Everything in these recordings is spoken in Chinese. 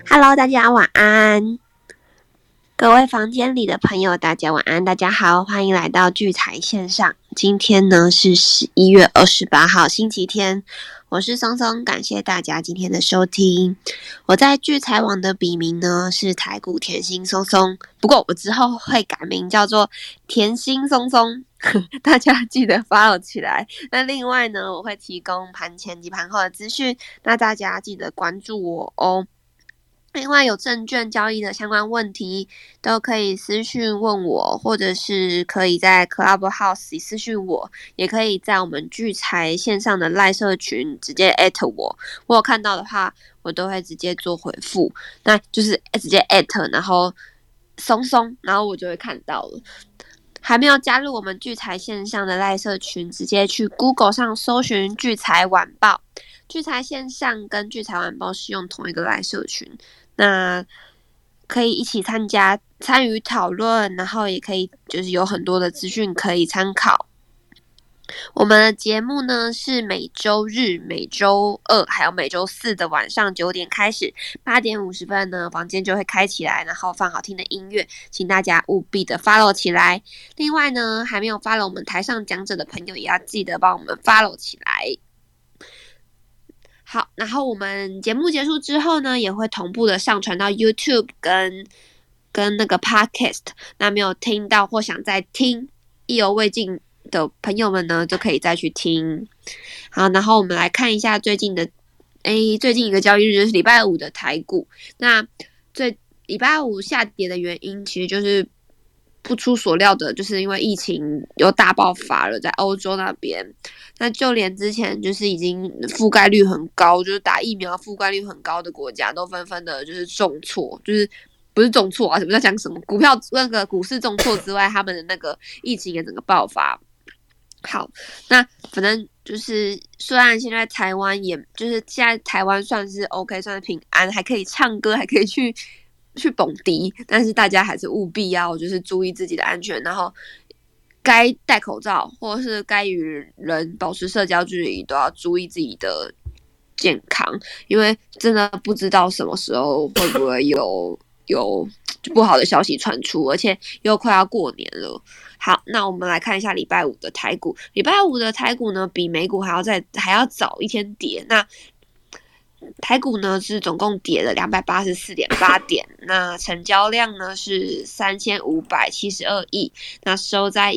Hello，大家晚安。各位房间里的朋友，大家晚安，大家好，欢迎来到聚财线上。今天呢是11月28号，星期天。我是松松，感谢大家今天的收听。我在聚财网的笔名呢是台股甜心松松，不过我之后会改名叫做甜心松松，大家记得 follow 起来。那另外呢，我会提供盘前及盘后的资讯，那大家记得关注我哦。另外有证券交易的相关问题都可以私讯问我，或者是可以在 Clubhouse 私讯我，也可以在我们聚财线上的赖社群直接 我，我有看到的话我都会直接做回复，那就是直接然后松松，然后我就会看到了。还没有加入我们聚财线上的赖社群，直接去 Google 上搜寻聚财晚报，聚财线上跟聚财晚报是用同一个赖社群，那可以一起参与讨论，然后也可以就是有很多的资讯可以参考。我们的节目呢是每周日、每周二还有每周四的晚上9点开始，8点50分呢房间就会开起来，然后放好听的音乐，请大家务必的 follow 起来。另外呢，还没有 follow 我们台上讲者的朋友，也要记得帮我们 follow 起来。好，然后我们节目结束之后呢，也会同步的上传到 YouTube 跟那个 Podcast。那没有听到或想再听意犹未尽的朋友们呢，就可以再去听。好，然后我们来看一下最近一个交易日就是礼拜五的台股。那礼拜五下跌的原因，其实就是不出所料的，就是因为疫情又大爆发了，在欧洲那边。那就连之前就是已经覆盖率很高，就是打疫苗覆盖率很高的国家，都纷纷的就是重挫，就是不是重挫啊，什么在讲什么股票那个股市重挫之外，他们的那个疫情也整个爆发。好，那反正就是虽然现在台湾也就是现在台湾算是 OK， 算是平安，还可以唱歌，还可以去蹦迪，但是大家还是务必要就是注意自己的安全，然后该戴口罩或者是该与人保持社交距离都要注意自己的健康，因为真的不知道什么时候会不会有不好的消息传出，而且又快要过年了。好，那我们来看一下礼拜五的台股。礼拜五的台股呢，比美股还要早一天跌。那台股呢是总共跌了284.8点，那成交量呢是3572亿，那收在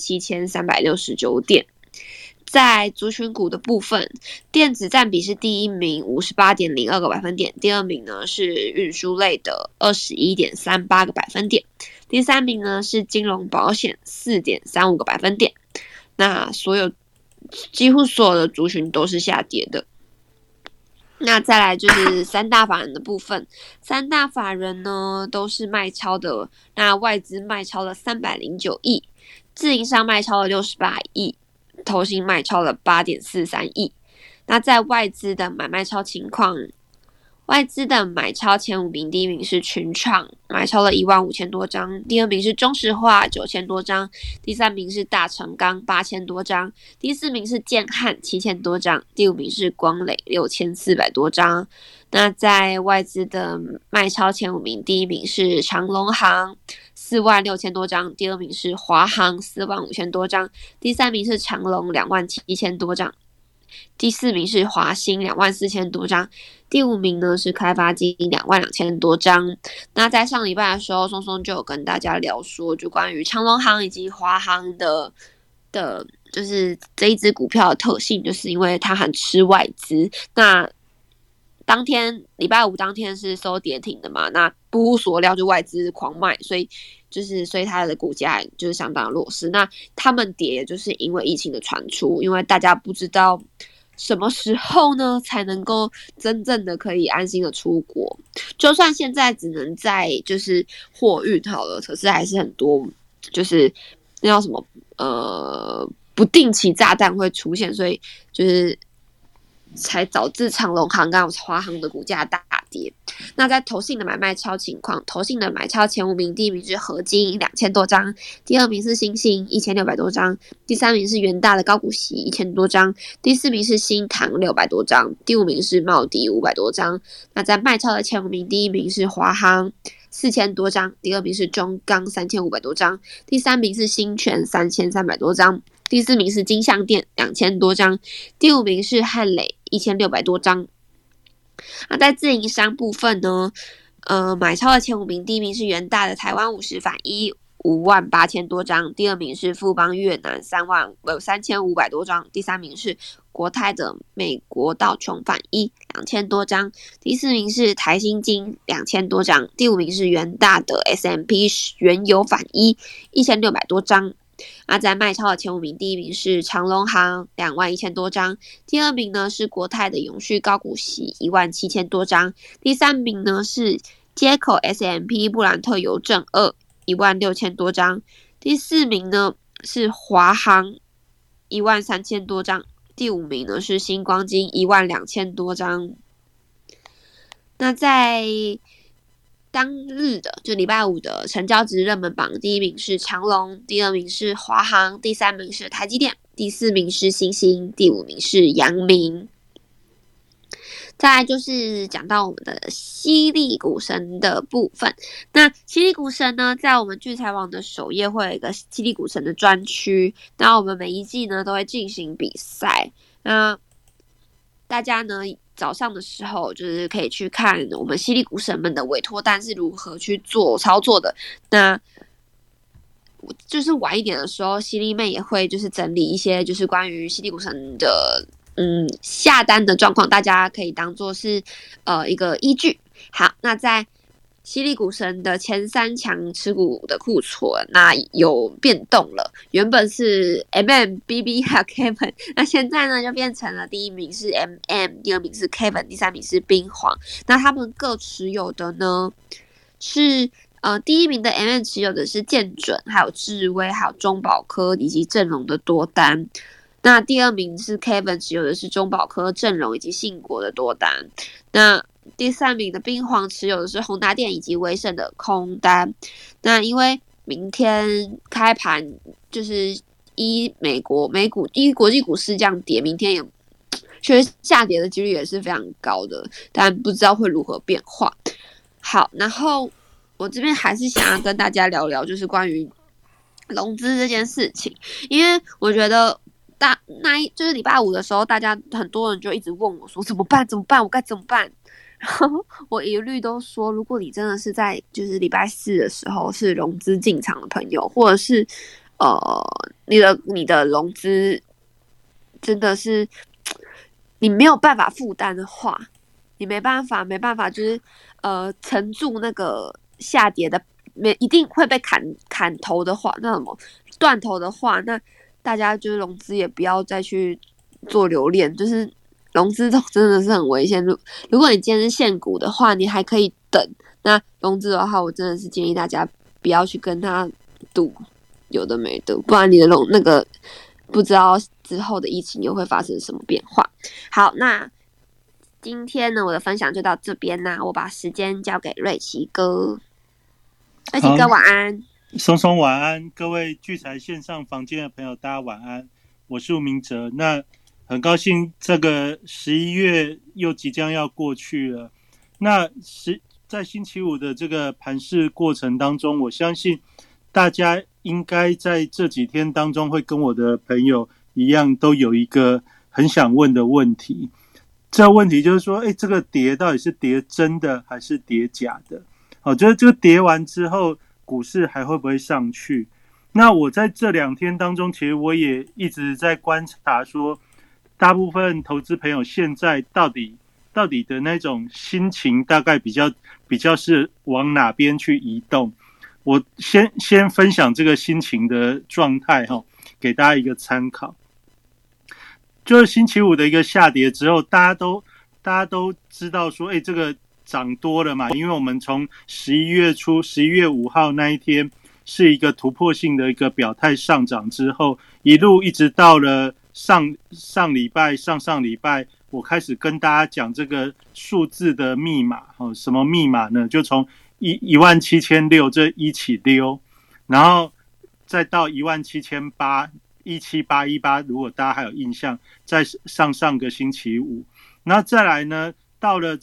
17369点。在族群股的部分，电子占比是第一名 58.02 个百分点，第二名呢是运输类的 21.38 个百分点，第三名呢是金融保险 4.35 个百分点。那几乎所有的族群都是下跌的。那再来就是三大法人的部分，三大法人呢都是卖超的，那外资卖超了309亿，自营商卖超了68亿，投信卖超了8.43亿。那在外资的买卖超情况，外资的买超前5名，第一名是群创，买超了15000多张，第二名是中石化9000多张，第三名是大成钢8000多张，第四名是建汉7000多张，第五名是光磊6400多张。那在外资的卖超前5名，第一名是长荣航46000多张，第二名是华航45000多张，第三名是长荣27000多张，第四名是华兴24000多张，第五名呢是开发金22000多张。那在上礼拜的时候，松松就有跟大家聊说，就关于长荣航以及华航的就是这一支股票的特性，就是因为它很吃外资。那礼拜五当天是收跌停的嘛，那不出所料就外资狂卖，所以它的股价就是相当弱势。那他们跌就是因为疫情的传出，因为大家不知道什么时候呢才能够真正的可以安心的出国，就算现在只能在就是货运好了，可是还是很多就是那叫什么不定期炸弹会出现，所以就是才导致长荣航跟华航的股价大跌。那在投信的买卖超情况，投信的买超前5名，第1名是合金2000多张，第2名是新兴1600多张，第3名是元大的高股息1000多张，第4名是新唐600多张，第5名是茂迪500多张。那在卖超的前5名，第1名是华航4000多张，第2名是中钢3500多张，第3名是新泉3300多张，第4名是金像电2000多张，第5名是汉磊1600多张。那在自营商部分呢，买超的前5名，第1名是元大的台湾50反一58000多张，第2名是富邦越南3500多张，第3名是国泰的美国道琼反一2000多张，第4名是台新金2000多张，第5名是元大的 S&P 原油反一1600多张。在卖超的前5名，第1名是长荣航21000多张，第2名呢是国泰的永续高股息17000多张，第3名呢是街口 S&P 布兰特邮政216000多张，第4名呢是华航13000多张，第5名呢是星光金12000多张。那在当日的就礼拜5的成交值热门榜，第1名是长荣，第2名是华航，第3名是台积电，第4名是新兴，第5名是阳明。再来就是讲到我们的犀利股神的部分。那犀利股神呢，在我们聚财网的首页会有一个犀利股神的专区，那我们每一季呢都会进行比赛。那大家呢早上的时候就是可以去看我们犀利股神们的委托单是如何去做操作的。那就是晚一点的时候，犀利妹也会就是整理一些就是关于犀利股神的下单的状况，大家可以当作是一个依据。好，那在犀利股神的前3强持股的库存，那有变动了，原本是 BB 还有 Kevin， 那现在呢就变成了第1名是 第2名是 Kevin， 第3名是冰皇。那他们各持有的呢是第1名的 持有的是建准，还有智威，还有中保科以及正荣的多单。那第2名是 Kevin 持有的是中保科、正荣以及信国的多单。那第3名的冰皇持有的是宏达电以及威盛的空单。那因为明天开盘就是美股国际股市这样跌，明天也确实下跌的几率也是非常高的，但不知道会如何变化。好，然后我这边还是想要跟大家聊聊就是关于融资这件事情，因为我觉得就是礼拜5的时候，大家很多人就一直问我说怎么办，我该怎么办？然后我一律都说，如果你真的是在就是礼拜4的时候是融资进场的朋友，或者是你的融资真的是你没有办法负担的话，你没办法就是撑住那个下跌的，一定会被砍头的话，那什么断头的话，那大家就是融资也不要再去做留恋，就是融资真的是很危险。如果你今天是现股的话，你还可以等。那融资的话，我真的是建议大家不要去跟他赌有的没的，不然你的那个不知道之后的疫情又会发生什么变化。好，那今天呢，我的分享就到这边啦，我把时间交给瑞奇哥。瑞奇哥晚安。 松松晚安，各位聚财线上房间的朋友，大家晚安。我是吴明哲。那很高兴这个11月又即将要过去了。那在星期5的这个盘市过程当中，我相信大家应该在这几天当中会跟我的朋友一样，都有一个很想问的问题。这个问题就是说，这个跌到底是跌真的还是跌假的？就是这个跌完之后，股市还会不会上去？那我在这2天当中，其实我也一直在观察说，大部分投资朋友现在到底的那种心情，大概比较是往哪边去移动？我先分享这个心情的状态给大家一个参考。就是星期5的一个下跌之后，大家都知道说，这个涨多了嘛，因为我们从11月初11月5号那一天是一个突破性的一个表态上涨之后，一路一直到了上礼拜我开始跟大家讲这个数字的密码，什么密码呢？就从17600这一起溜，然后再到17800、17818，如果大家还有印象，在上个星期五，然后再来呢，到了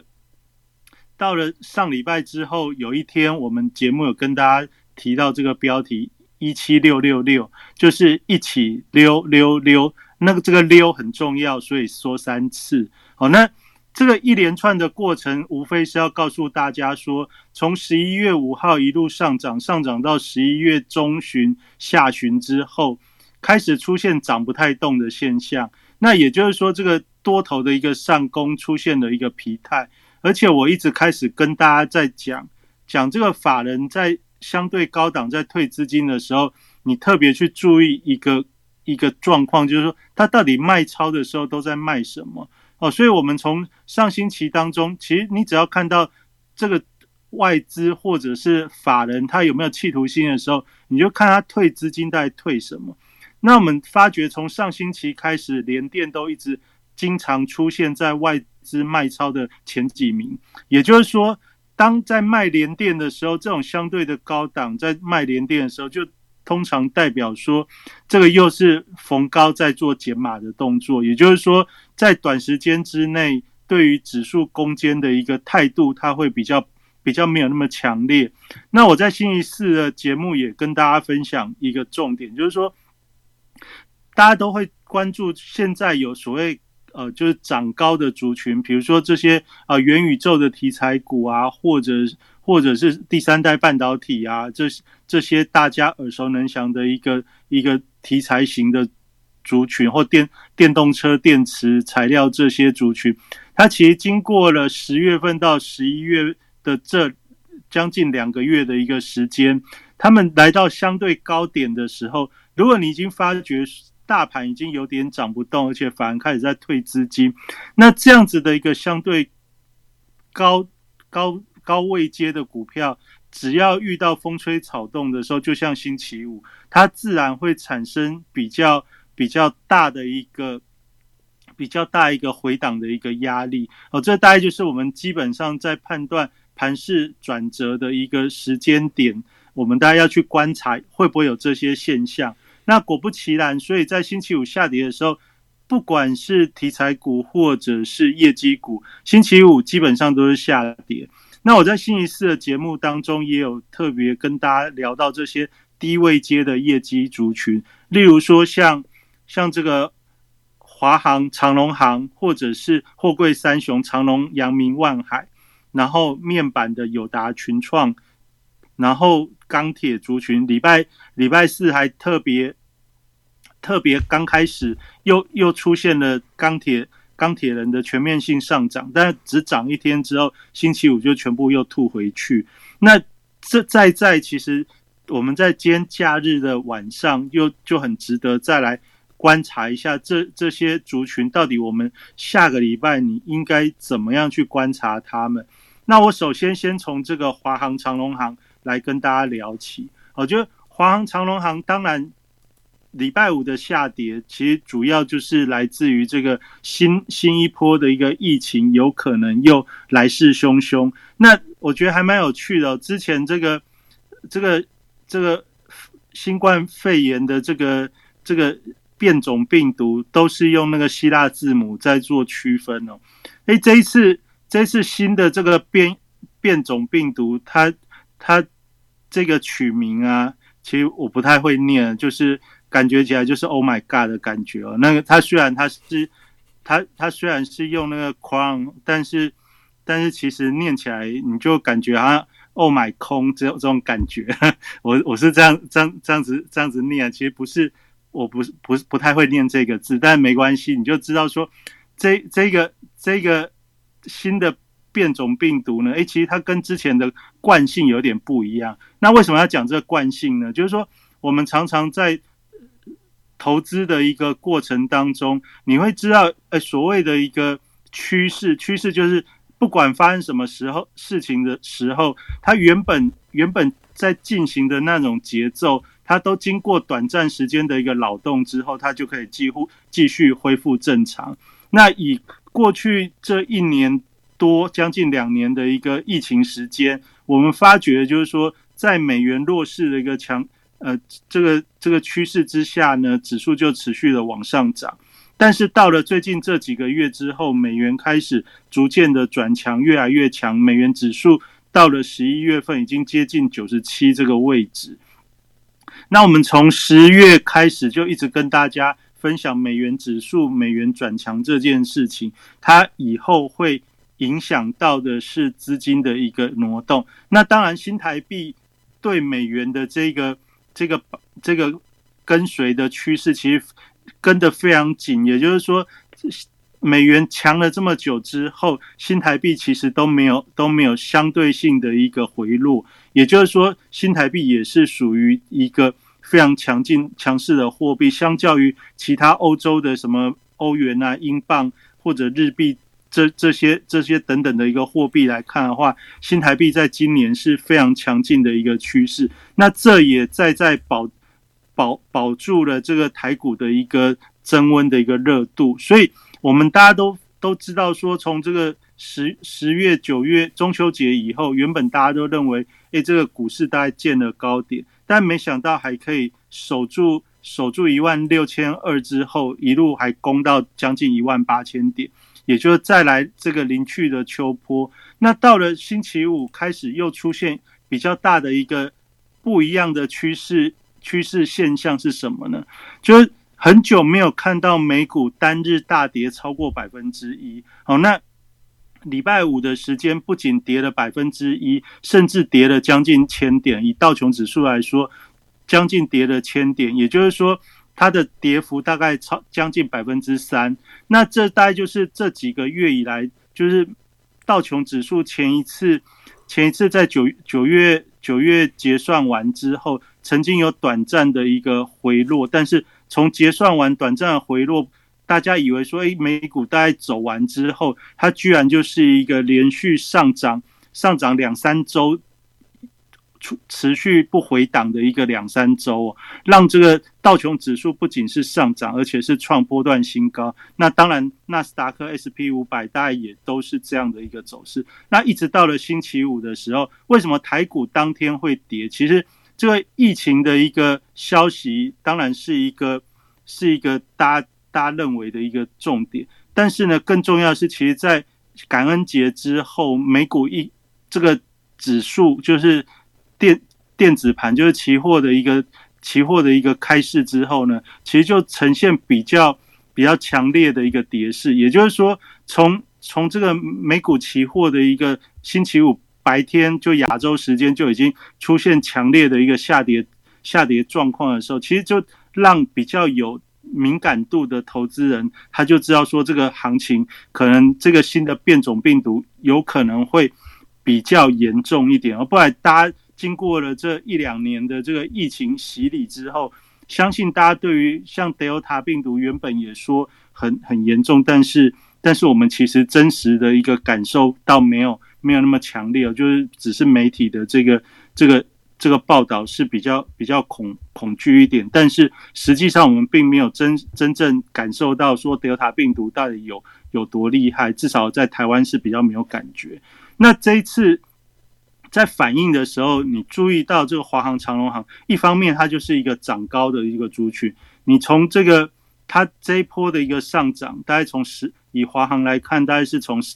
上礼拜之后，有一天我们节目有跟大家提到这个标题17666，就是一起溜溜溜，那个这个溜很重要，所以说3次。好，那这个一连串的过程，无非是要告诉大家说，从11月5号一路上涨到11月中旬、下旬之后，开始出现涨不太动的现象。那也就是说，这个多头的一个上攻出现了一个疲态，而且我一直开始跟大家在讲这个法人在相对高档在退资金的时候，你特别去注意一个状况，就是说他到底卖超的时候都在卖什么。所以我们从上星期当中，其实你只要看到这个外资或者是法人他有没有企图心的时候，你就看他退资金大概退什么。那我们发觉从上星期开始，联电都一直经常出现在外资卖超的前几名，也就是说，当在卖联电的时候，这种相对的高档在卖联电的时候，就通常代表说这个又是逢高在做减码的动作，也就是说在短时间之内对于指数攻坚的一个态度，它会比较没有那么强烈。那我在星期四的节目也跟大家分享一个重点，就是说大家都会关注现在有所谓就是涨高的族群，比如说这些元宇宙的题材股啊，或者是第三代半导体啊，这些大家耳熟能详的一个题材型的族群，或电动车电池材料这些族群，它其实经过了10月份到11月的这将近2个月的一个时间，他们来到相对高点的时候，如果你已经发觉大盘已经有点涨不动，而且反而开始在退资金，那这样子的一个相对高位阶的股票，只要遇到风吹草动的时候，就像星期五，它自然会产生比较大一个回档的一个压力。这大概就是我们基本上在判断盘势转折的一个时间点，我们大家要去观察会不会有这些现象。那果不其然，所以在星期五下跌的时候，不管是题材股或者是业绩股，星期五基本上都是下跌。那我在星期四的节目当中也有特别跟大家聊到这些低位阶的业绩族群，例如说像这个华航、长荣航，或者是货柜三雄长荣、阳明、万海，然后面板的友达、群创，然后钢铁族群，礼拜四还特别刚开始又出现了钢铁人的全面性上涨，但只涨1天之后，星期五就全部又吐回去。那这其实我们在今天假日的晚上就很值得再来观察一下这些族群到底我们下个礼拜你应该怎么样去观察他们。那我首先从这个华航、长荣航来跟大家聊起。我觉得华航、长荣航当然礼拜五的下跌，其实主要就是来自于这个新一波的一个疫情，有可能又来势汹汹。那我觉得还蛮有趣的之前这个新冠肺炎的这个变种病毒都是用那个希腊字母在做区分哦。这一次新的这个变种病毒，它这个取名啊，其实我不太会念，就是感觉起来就是 Oh my God 的感觉哦。那个它虽然是用那个 Crown， 但是其实念起来你就感觉好像 Oh my 空这种感觉。我是这样子念，其实不是，我不太会念这个字，但没关系，你就知道说这个新的变种病毒呢，其实它跟之前的惯性有点不一样。那为什么要讲这个惯性呢？就是说我们常常在投资的一个过程当中，你会知道所谓的一个趋势就是不管发生什么事情的时候，它原本在进行的那种节奏，它都经过短暂时间的一个扰动之后，它就可以继续恢复正常。那以过去这1年多将近2年的一个疫情时间，我们发觉就是说，在美元弱势的一个这个趋势之下呢，指数就持续的往上涨。但是到了最近这几个月之后，美元开始逐渐的转强，越来越强，美元指数到了11月份已经接近97这个位置。那我们从10月开始就一直跟大家分享美元指数美元转强这件事情，它以后会影响到的是资金的一个挪动。那当然新台币对美元的这个跟随的趋势其实跟得非常紧，也就是说美元强了这么久之后，新台币其实都没有相对性的一个回落，也就是说新台币也是属于一个非常强势的货币，相较于其他欧洲的什么欧元啊、英镑或者日币这些等等的一个货币来看的话，新台币在今年是非常强劲的一个趋势。那这也在保住了这个台股的一个增温的一个热度。所以我们大家都知道说，从这个10月9月中秋节以后，原本大家都认为这个股市大概见了高点，但没想到还可以守住16200之后，一路还攻到将近18000点，也就是再来这个临去的秋波。那到了星期五开始又出现比较大的一个不一样的趋势现象是什么呢？就是很久没有看到美股单日大跌超过 1%。 好，那礼拜五的时间不仅跌了 1%， 甚至跌了将近1000点，以道琼指数来说将近跌了1000点，也就是说它的跌幅大概将近 3%。 那这大概就是这几个月以来，就是道琼指数前一次在九月结算完之后，曾经有短暂的一个回落，但是从结算完短暂的回落，大家以为说美股大概走完之后，它居然就是一个连续上涨2-3周，持续不回档的一个2-3周，让这个道琼指数不仅是上涨，而且是创波段新高。那当然纳斯达克 SP500 大概也都是这样的一个走势。那一直到了星期五的时候，为什么台股当天会跌？其实这个疫情的一个消息当然是一个大家认为的一个重点，但是呢更重要的是，其实在感恩节之后，美股这个指数就是电子盘，就是期货的一个开市之后呢，其实就呈现比较强烈的一个跌势。也就是说从这个美股期货的一个星期五白天，就亚洲时间就已经出现强烈的一个下跌状况的时候，其实就让比较有敏感度的投资人，他就知道说这个行情可能这个新的变种病毒有可能会比较严重一点，不然大家经过了这1-2年的这个疫情洗礼之后，相信大家对于像 Delta 病毒原本也说很严重，但是我们其实真实的一个感受到没有那么强烈，就是只是媒体的这个报道是比较恐惧一点，但是实际上我们并没有真正感受到说 Delta 病毒到底有多厉害，至少在台湾是比较没有感觉。那这一次在反应的时候，你注意到这个华航、长荣航，一方面它就是一个涨高的一个族群，你从这个它这一波的一个上涨，大概以华航来看，大概是从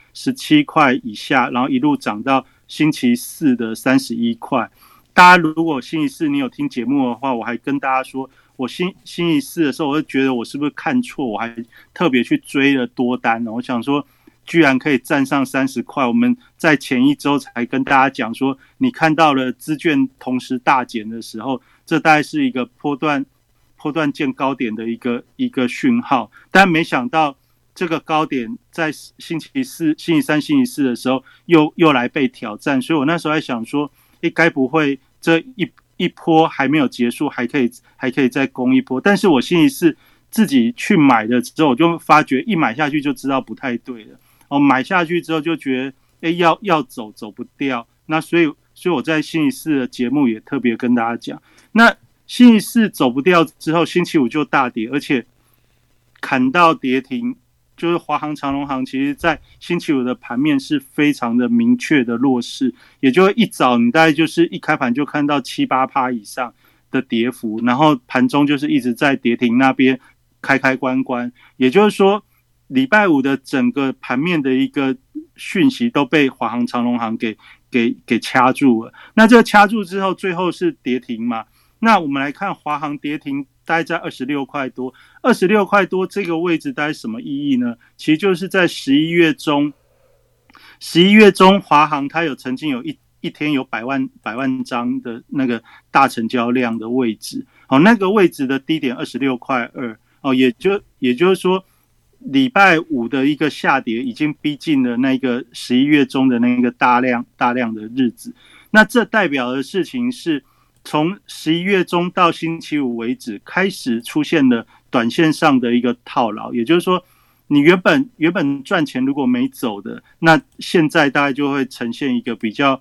17块以下，然后一路涨到星期四的31块。大家如果星期四你有听节目的话，我还跟大家说，我星期四的时候，我就觉得我是不是看错，我还特别去追了多单，我想说居然可以站上30块。我们在前一周才跟大家讲说，你看到了资券同时大减的时候，这大概是一个波段见高点的一个讯号。但没想到这个高点在星期三、星期四的时候又来被挑战，所以我那时候还想说，该不会这一波还没有结束，还可以再攻一波？但是我星期四自己去买了之后，我就发觉一买下去就知道不太对了。买下去之后就觉得要走不掉。那所以我在星期四的节目也特别跟大家讲，那星期四走不掉之后，星期五就大跌，而且砍到跌停就是华航、长荣航，其实在星期五的盘面是非常的明确的弱势，也就一早你大概就是一开盘就看到7-8%以上的跌幅，然后盘中就是一直在跌停那边开关，也就是说礼拜五的整个盘面的一个讯息都被华航、长荣航给掐住了。那这个掐住之后，最后是跌停嘛？那我们来看华航跌停大概在26块多，26块多这个位置大概什么意义呢？其实就是在11月中华航它曾经有一天有百万张的那个大成交量的位置，那个位置的低点26块2，也就是说礼拜五的一个下跌已经逼近了那个11月中的那个大量的日子。那这代表的事情是，从11月中到星期五为止，开始出现了短线上的一个套牢，也就是说，你原本赚钱如果没走的，那现在大概就会呈现一个比较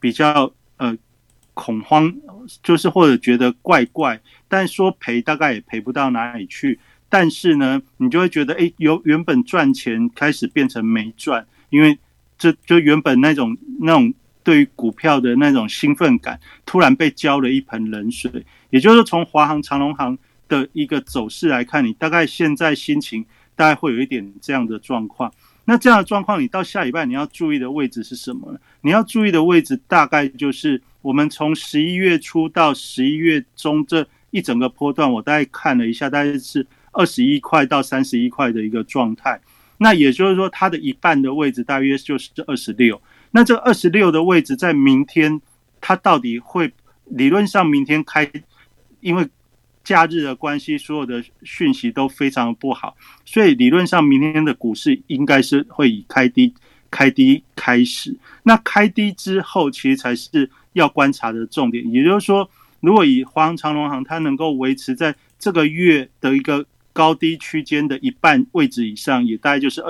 恐慌，就是或者觉得怪，但说赔大概也赔不到哪里去。但是呢，你就会觉得，原本赚钱开始变成没赚，因为这就原本那种对于股票的那种兴奋感，突然被浇了一盆冷水。也就是从华航、长荣航的一个走势来看，你大概现在心情大概会有一点这样的状况。那这样的状况，你到下礼拜你要注意的位置是什么呢？你要注意的位置大概就是我们从11月初到11月中这一整个波段，我大概看了一下，大概是21块到31块的一个状态。那也就是说，它的一半的位置大约就是26。那这26的位置在明天，它到底会理论上明天因为假日的关系，所有的讯息都非常不好，所以理论上明天的股市应该是会以开低开始。那开低之后，其实才是要观察的重点。也就是说，如果以华航、长荣航它能够维持在这个月的一个高低区间的一半位置以上，也大概就是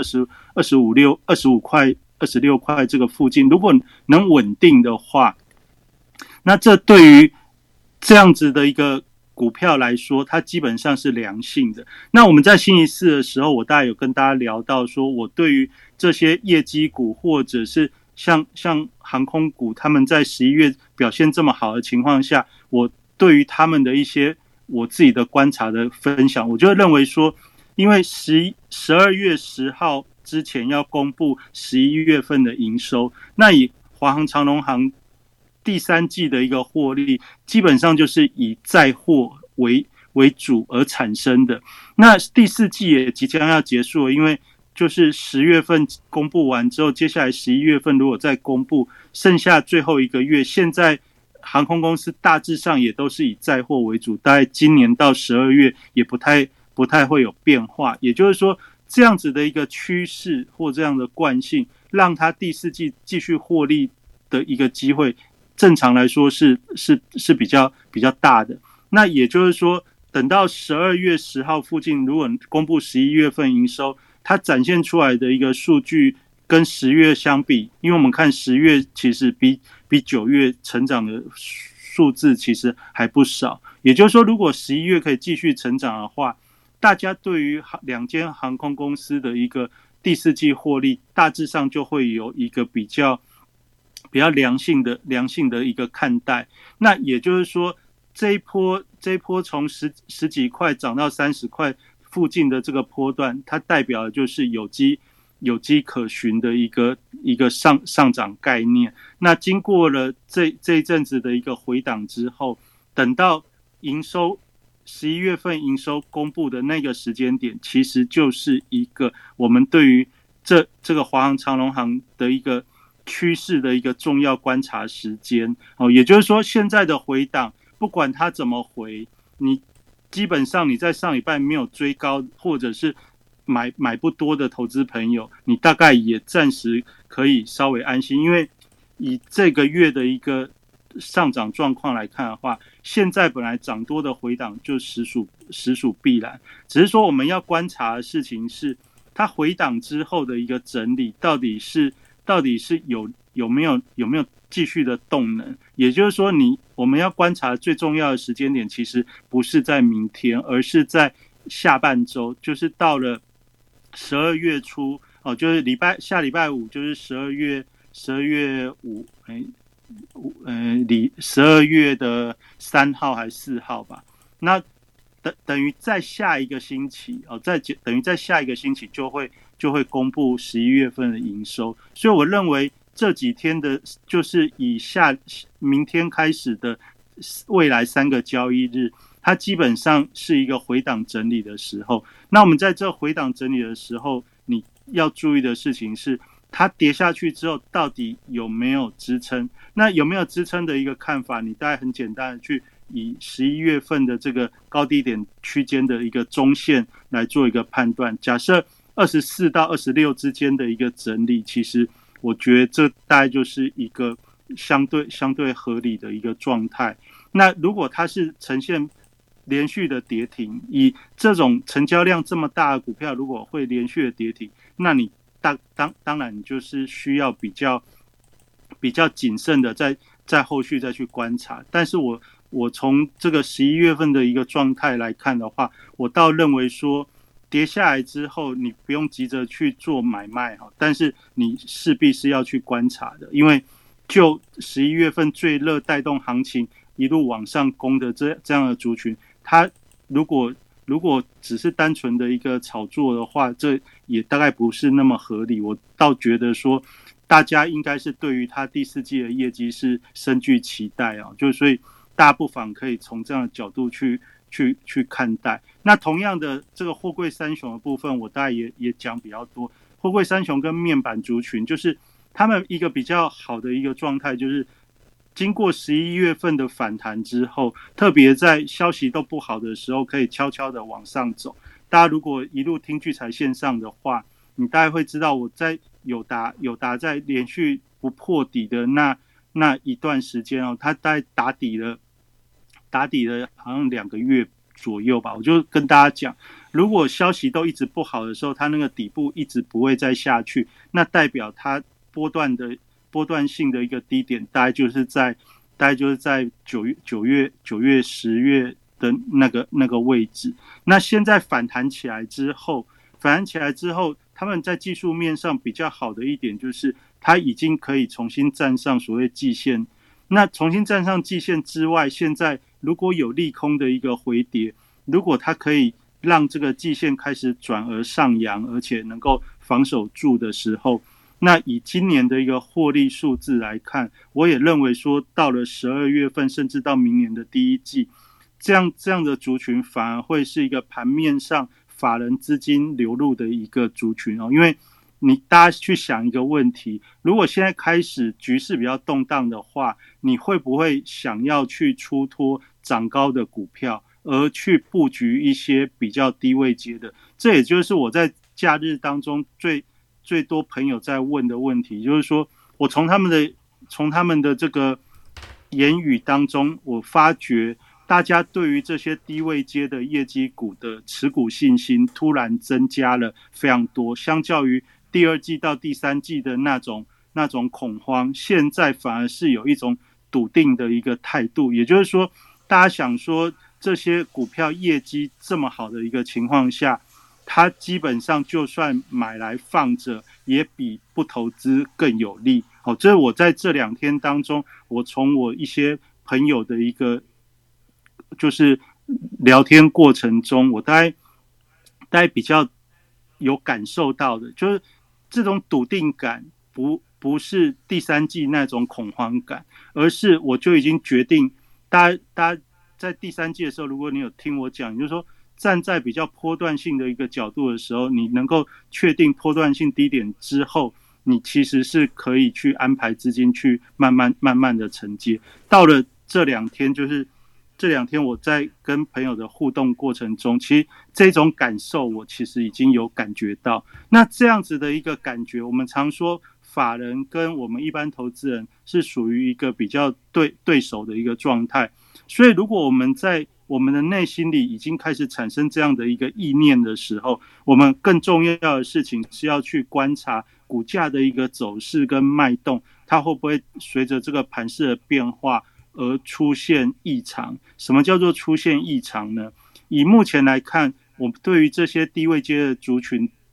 25块、26块这个附近，如果能稳定的话，那这对于这样子的一个股票来说，它基本上是良性的。那我们在星期四的时候，我大概有跟大家聊到说，我对于这些业绩股或者是像航空股，他们在11月表现这么好的情况下，我对于他们的一些我自己的观察的分享，我就认为说，因为12月10号之前要公布11月份的营收，那以华航、长荣航第三季的一个获利，基本上就是以载货为主而产生的。那第四季也即将要结束了，因为就是10月份公布完之后，接下来11月份如果再公布，剩下最后一个月，现在航空公司大致上也都是以载货为主，大概今年到12月也不太会有变化。也就是说，这样子的一个趋势或这样的惯性，让它第四季继续获利的一个机会，正常来说是比较大的。那也就是说，等到12月10号附近，如果公布11月份营收，它展现出来的一个数据跟10月相比，因为我们看10月其实比9月成长的数字其实还不少。也就是说，如果11月可以继续成长的话，大家对于两间航空公司的一个第四季获利，大致上就会有一个比较良性的一个看待。那也就是说，这一波从十几块涨到30块附近的这个波段，它代表的就是有机可循的一个上涨概念。那经过了这一阵子的一个回档之后，等到11月份营收公布的那个时间点，其实就是一个我们对于这个华航、长荣航的一个趋势的一个重要观察时间。也就是说，现在的回档不管它怎么回，你基本上你在上礼拜没有追高或者是买不多的投资朋友，你大概也暂时可以稍微安心。因为以这个月的一个上涨状况来看的话，现在本来涨多的回档就实属必然，只是说我们要观察的事情是，它回档之后的一个整理到底是有没有继续的动能。也就是说，我们要观察最重要的时间点，其实不是在明天，而是在下半周，就是到了 12月初哦，就是下礼拜五就是十二月五，12月的3号还是4号吧。那等于在下一个星期哦，等于在下一个星期就会公布11月份的营收，所以我认为这几天的，就是明天开始的未来3个交易日，它基本上是一个回档整理的时候。那我们在这回档整理的时候，你要注意的事情是，它跌下去之后到底有没有支撑？那有没有支撑的一个看法，你大概很简单的去以11月份的这个高低点区间的一个中线来做一个判断。假设24到26之间的一个整理，其实我觉得这大概就是一个相对合理的一个状态。那如果它是呈现连续的跌停，以这种成交量这么大的股票，如果会连续的跌停，那你当然你就是需要比较谨慎的在后续再去观察。但是我从这个11月份的一个状态来看的话，我倒认为说跌下来之后，你不用急着去做买卖哈，但是你势必是要去观察的，因为就11月份最热带动行情一路往上攻的这样的族群，它如果只是单纯的一个炒作的话，这也大概不是那么合理。我倒觉得说，大家应该是对于它第4季的业绩是深具期待啊，就所以大家不妨可以从这样的角度去看待。那同样的，这个货柜三雄的部分，我大概也讲比较多。货柜三雄跟面板族群，就是他们一个比较好的一个状态，就是经过11月份的反弹之后，特别在消息都不好的时候，可以悄悄的往上走。大家如果一路听聚财线上的话，你大概会知道我在友达在连续不破底的那一段时间哦，它大概打底了好像2个月左右吧。我就跟大家讲，如果消息都一直不好的时候，它那个底部一直不会再下去，那代表它波段性的一个低点，大概就是在9月、10月的那个位置。那现在反弹起来之后，他们在技术面上比较好的一点就是，它已经可以重新站上所谓季线。那重新站上季线之外，现在如果有利空的一个回跌，如果它可以让这个季线开始转而上扬，而且能够防守住的时候，那以今年的一个获利数字来看，我也认为说到了12月份，甚至到明年的第一季，这样的族群反而会是一个盘面上法人资金流入的一个族群哦。因为大家去想一个问题，如果现在开始局势比较动荡的话，你会不会想要去出脱涨高的股票，而去布局一些比较低位阶的？这也就是我在假日当中最多朋友在问的问题，就是说我从他们的这个言语当中，我发觉大家对于这些低位阶的业绩股的持股信心突然增加了非常多，相较于第2季到第3季的那种恐慌，现在反而是有一种笃定的一个态度。也就是说，大家想说这些股票业绩这么好的一个情况下，它基本上就算买来放着，也比不投资更有利。好，这是我在这2天当中，我从我一些朋友的一个就是聊天过程中，我大概比较有感受到的，就是这种笃定感不是第3季那种恐慌感，而是我就已经决定，大家在第3季的时候，如果你有听我讲，就是说站在比较波段性的一个角度的时候，你能够确定波段性低点之后，你其实是可以去安排资金去慢慢的承接。到了这2天，就是这2天我在跟朋友的互动过程中，其实这种感受我其实已经有感觉到。那这样子的一个感觉，我们常说法人跟我们一般投资人是属于一个比较对手的一个状态。所以如果我们在我们的内心里已经开始产生这样的一个意念的时候，我们更重要的事情是要去观察股价的一个走势跟脉动，它会不会随着这个盘势的变化而出现异常。什么叫做出现异常呢？以目前来看，我们对于这些低位阶的族群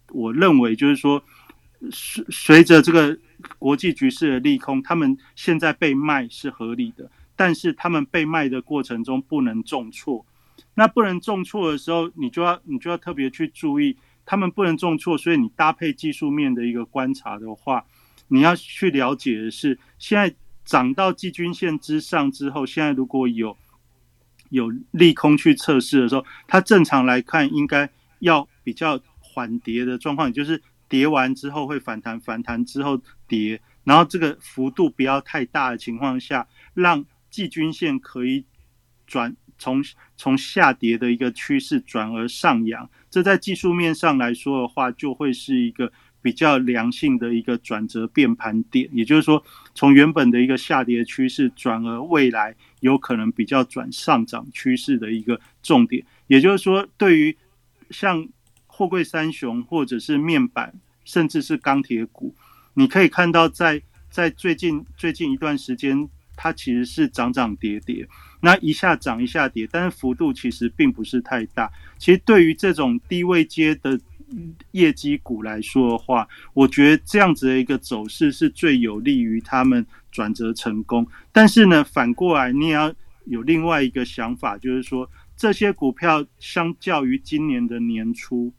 我认为就是说，随着这个国际局势的利空，他们现在被卖是合理的，但是他们被卖的过程中不能重挫。那不能重挫的时候，你就要特别去注意，他们不能重挫，所以你搭配技术面的一个观察的话，你要去了解的是，现在涨到季均线之上之后，现在如果有利空去测试的时候，它正常来看应该要比较缓跌的状况，也就是跌完之后会反弹，反弹之后跌，然后这个幅度不要太大的情况下，让季均线可以从下跌的一个趋势转而上扬，这在技术面上来说的话，就会是一个比较良性的一个转折变盘点，也就是说，从原本的一个下跌趋势转而未来有可能比较转上涨趋势的一个重点。也就是说，对于像货柜三雄或者是面板，甚至是钢铁股，你可以看到在最近一段时间，它其实是涨涨跌跌，那一下涨一下跌，但是幅度其实并不是太大。其实对于这种低位阶的业绩股来说的话，我觉得这样子的一个走势是最有利于他们转折成功。但是呢，反过来你也要有另外一个想法，就是说这些股票相较于今年的年初，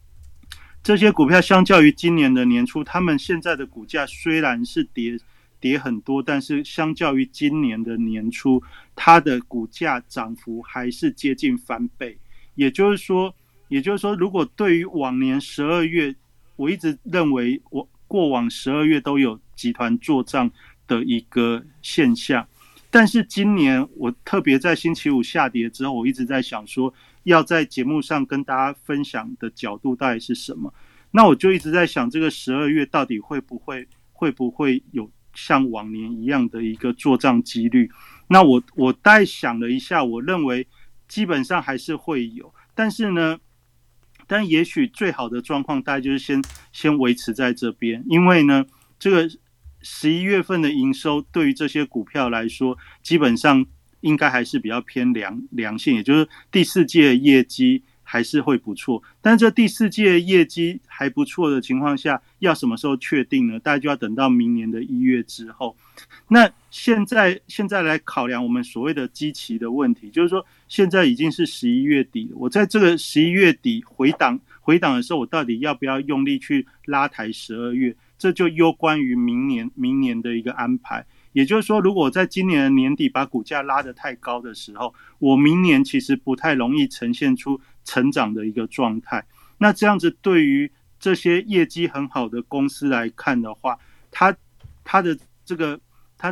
他们现在的股价虽然是跌很多，但是相较于今年的年初，它的股价涨幅还是接近翻倍。也就是说，如果对于往年12月，我一直认为过往12月都有集团做账的一个现象，但是今年我特别在星期五下跌之后，我一直在想说，要在节目上跟大家分享的角度到底是什么？那我就一直在想，这个12月到底会不会有像往年一样的一个做账几率？那我大概想了一下，我认为基本上还是会有，但也许最好的状况大概就是先维持在这边，因为呢，这个11月份的营收对于这些股票来说，基本上应该还是比较偏良性，也就是第四季的业绩还是会不错。但这第四季的业绩还不错的情况下，要什么时候确定呢？大家就要等到明年的1月之后。那现在来考量我们所谓的基期的问题，就是说现在已经是11月底了，我在这个11月底回档的时候，我到底要不要用力去拉抬12月？这就攸关于明年的一个安排。也就是说，如果我在今年的年底把股价拉得太高的时候，我明年其实不太容易呈现出成长的一个状态。那这样子对于这些业绩很好的公司来看的话，它的这个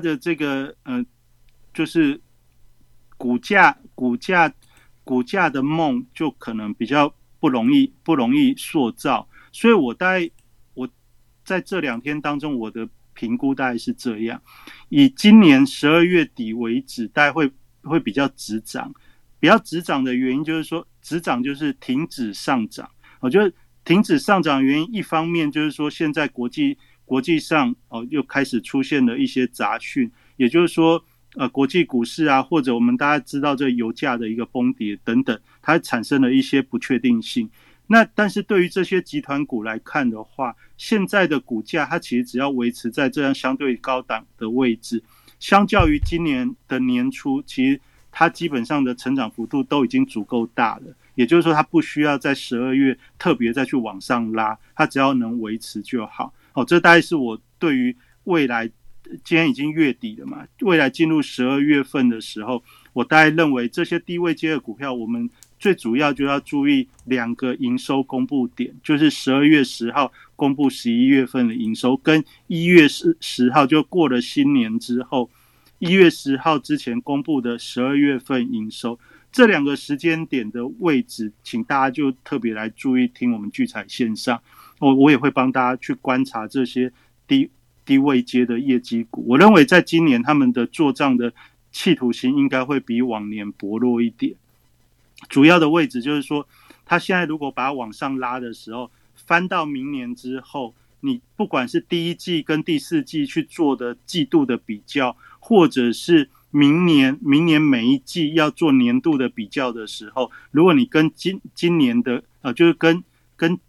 就是股价的梦就可能比较不容易塑造。所以我在这2天当中，我的评估大概是这样：以今年12月底为止，大概会比较止涨。比较止涨的原因就是说，止涨就是停止上涨。我觉得停止上涨的原因，一方面就是说，现在国际上又开始出现了一些杂讯，也就是说，国际股市啊，或者我们大家知道这油价的一个崩跌等等，它产生了一些不确定性。那但是对于这些集团股来看的话，现在的股价它其实只要维持在这样相对高档的位置，相较于今年的年初，其实它基本上的成长幅度都已经足够大了。也就是说，它不需要在12月特别再去往上拉，它只要能维持就好。这大概是我对于未来，今天已经月底了嘛，未来进入12月份的时候，我大概认为这些低位阶的股票，我们最主要就要注意2个营收公布点，就是12月10号公布11月份的营收，跟1月10号就过了新年之后，1月10号之前公布的12月份营收。这2个时间点的位置，请大家就特别来注意听我们聚财线上，我也会帮大家去观察这些低位阶的业绩股。我认为在今年他们的做账的企图心应该会比往年薄弱一点。主要的位置就是说，他现在如果把它往上拉的时候，翻到明年之后，你不管是第一季跟第4季去做的季度的比较，或者是明年每一季要做年度的比较的时候，如果你跟今年的就是跟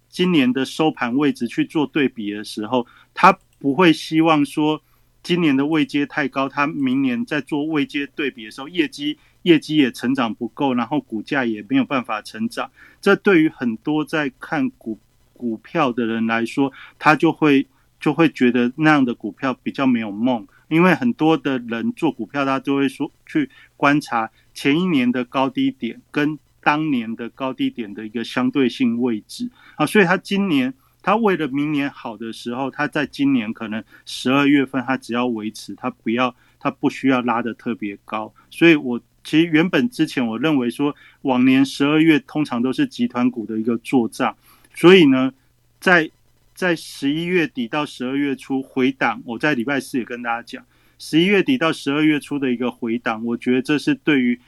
今年的收盘位置去做对比的时候，他不会希望说今年的位阶太高，他明年在做位阶对比的时候，业绩也成长不够，然后股价也没有办法成长。这对于很多在看股票的人来说，他就会觉得那样的股票比较没有梦，因为很多的人做股票，他就会说去观察前一年的高低点跟当年的高低点的一个相对性位置啊，所以他为了明年好的时候，他在今年可能12月份他只要维持，他不需要拉得特别高。所以我其实原本之前我认为说，往年12月通常都是集团股的一个作账，所以呢，在11月底到12月初回档，我在礼拜四也跟大家讲，11月底到12月初的一个回档，我觉得这是对于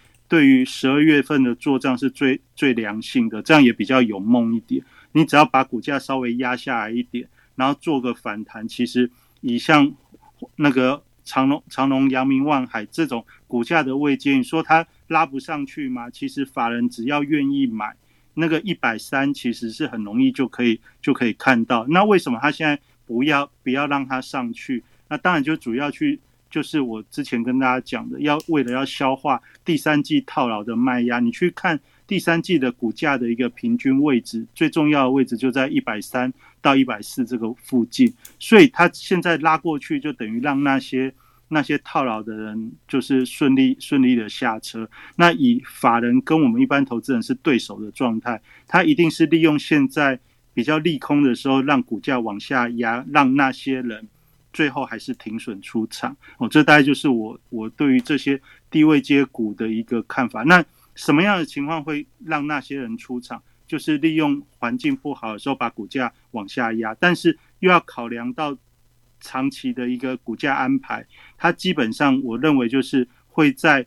12月份的做账是最良性的，这样也比较有梦一点。你只要把股价稍微压下来一点，然后做个反弹，其实以像那个长荣、阳明、万海这种股价的位阶，你说它拉不上去吗？其实法人只要愿意买，那个130其实是很容易就可以看到。那为什么他现在不要让它上去？那当然就主要就是我之前跟大家讲的，为了要消化第三季套牢的卖压，你去看第三季的股价的一个平均位置，最重要的位置就在130到140这个附近，所以它现在拉过去，就等于让那些套牢的人就是顺利的下车。那以法人跟我们一般投资人是对手的状态，他一定是利用现在比较利空的时候，让股价往下压，让那些人最后还是停损出场。这大概就是我对于这些低位阶股的一个看法。那什么样的情况会让那些人出场？就是利用环境不好的时候把股价往下压，但是又要考量到长期的一个股价安排，它基本上我认为就是会在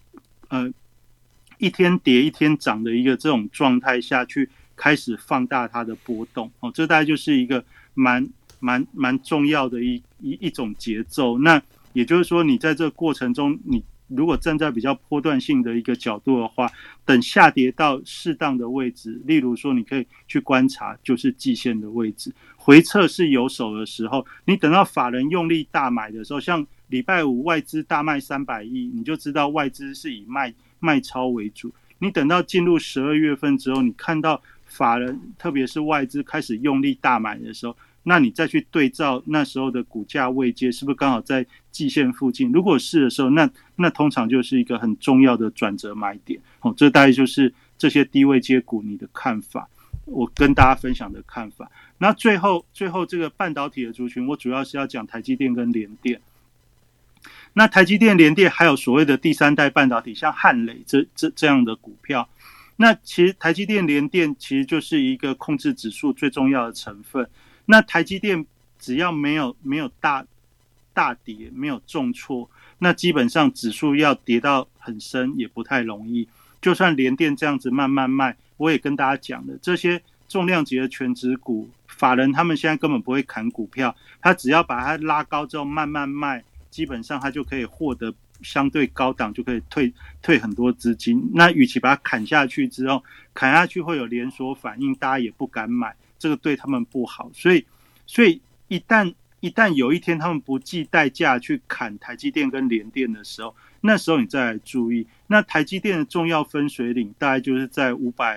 一天跌一天涨的一个这种状态下去开始放大它的波动。这大概就是一个蛮重要的一种节奏。那也就是说，你在这个过程中，你如果站在比较波段性的一个角度的话，等下跌到适当的位置，例如说你可以去观察就是季线的位置，回撤是有手的时候，你等到法人用力大买的时候，像礼拜五外资大卖300亿，你就知道外资是以卖超为主。你等到进入12月份之后，你看到法人特别是外资开始用力大买的时候，那你再去对照那时候的股价位阶是不是刚好在季线附近，如果是的时候，那通常就是一个很重要的转折买点。这大概就是这些低位阶股你的看法，我跟大家分享的看法。那最后这个半导体的族群，我主要是要讲台积电跟联电。那台积电、联电还有所谓的第三代半导体，像汉磊这样的股票，那其实台积电、联电其实就是一个控制指数最重要的成分。那台积电只要没有大跌，没有重挫，那基本上指数要跌到很深也不太容易。就算联电这样子慢慢卖，我也跟大家讲了，这些重量级的全指股，法人他们现在根本不会砍股票，他只要把它拉高之后慢慢卖，基本上他就可以获得相对高档，就可以退很多资金。那与其把它砍下去之后，砍下去会有连锁反应，大家也不敢买，这个对他们不好。所以一旦有一天他们不计代价去砍台积电跟联电的时候，那时候你再来注意。那台积电的重要分水岭大概就是在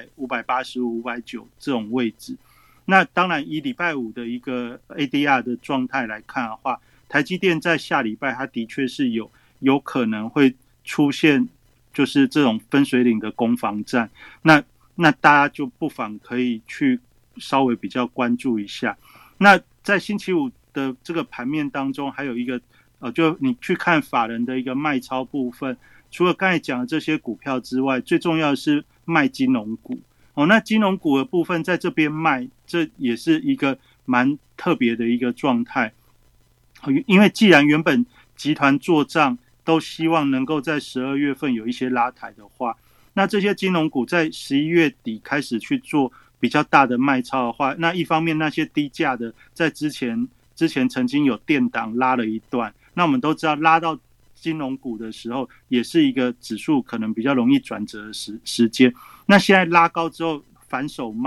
500、585、590这种位置。那当然以礼拜五的一个 ADR 的状态来看的话，台积电在下礼拜它的确是有可能会出现就是这种分水岭的攻防战，那大家就不妨可以去稍微比较关注一下。那在星期五的这个盘面当中，还有一个就你去看法人的一个卖超部分，除了刚才讲的这些股票之外，最重要的是卖金融股。那金融股的部分在这边卖，这也是一个蛮特别的一个状态。因为既然原本集团做账都希望能够在12月份有一些拉抬的话，那这些金融股在11月底开始去做比较大的卖超的话，那一方面那些低价的在之前曾经有垫档拉了一段，那我们都知道拉到金融股的时候也是一个指数可能比较容易转折的时间，那现在拉高之后反手卖，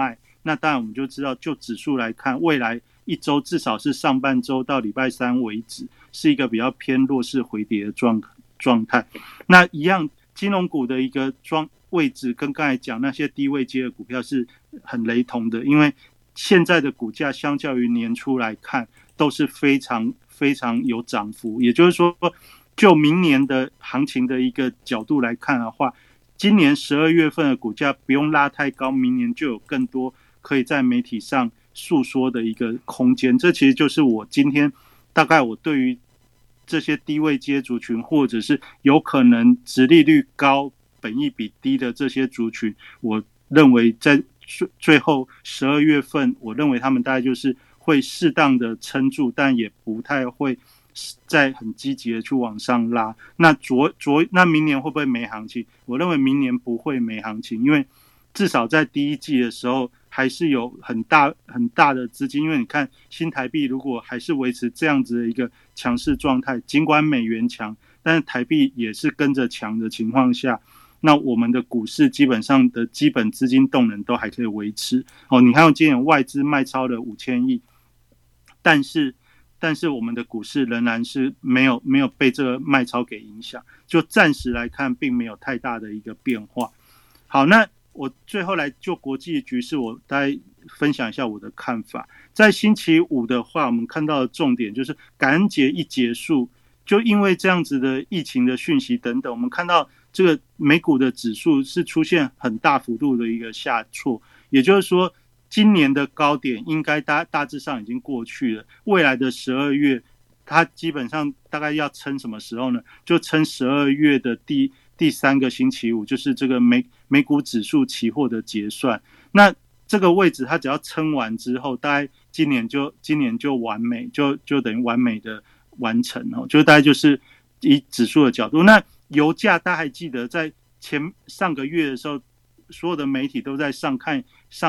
那当然我们就知道，就指数来看，未来一周至少是上半周到礼拜三为止，是一个比较偏弱势回跌的状态。那一样，金融股的一个位置跟刚才讲那些低位阶的股票是很雷同的，因为现在的股价相较于年初来看，都是非常非常有涨幅。也就是说，就明年的行情的一个角度来看的话，今年12月份的股价不用拉太高，明年就有更多可以在媒体上诉说的一个空间。这其实就是我今天大概我对于这些低位阶族群，或者是有可能殖利率高、本益比低的这些族群，我认为在最后12月份，我认为他们大概就是会适当的撑住，但也不太会再很积极的去往上拉。那明年会不会没行情？我认为明年不会没行情，因为至少在第一季的时候还是有很大的资金。因为你看新台币如果还是维持这样子的一个强势状态，尽管美元强，但是台币也是跟着强的情况下，那我们的股市基本上的基本资金动能都还可以维持。你看今年外资卖超了5000亿，但是我们的股市仍然是没有被这个卖超给影响，就暂时来看并没有太大的一个变化。好，那我最后来就国际局势，我大概分享一下我的看法。在星期五的话，我们看到的重点就是感恩节一结束，就因为这样子的疫情的讯息等等，我们看到这个美股的指数是出现很大幅度的一个下挫，也就是说今年的高点应该大致上已经过去了，未来的12月它基本上大概要撑什么时候呢？就撑12月的第3个星期五，就是这个美股指数期货的结算。那这个位置它只要撑完之后，大概今年就完美，就等于完美的完成就大概就是以指数的角度。那油价大家还记得在上个月的时候，所有的媒体都在上看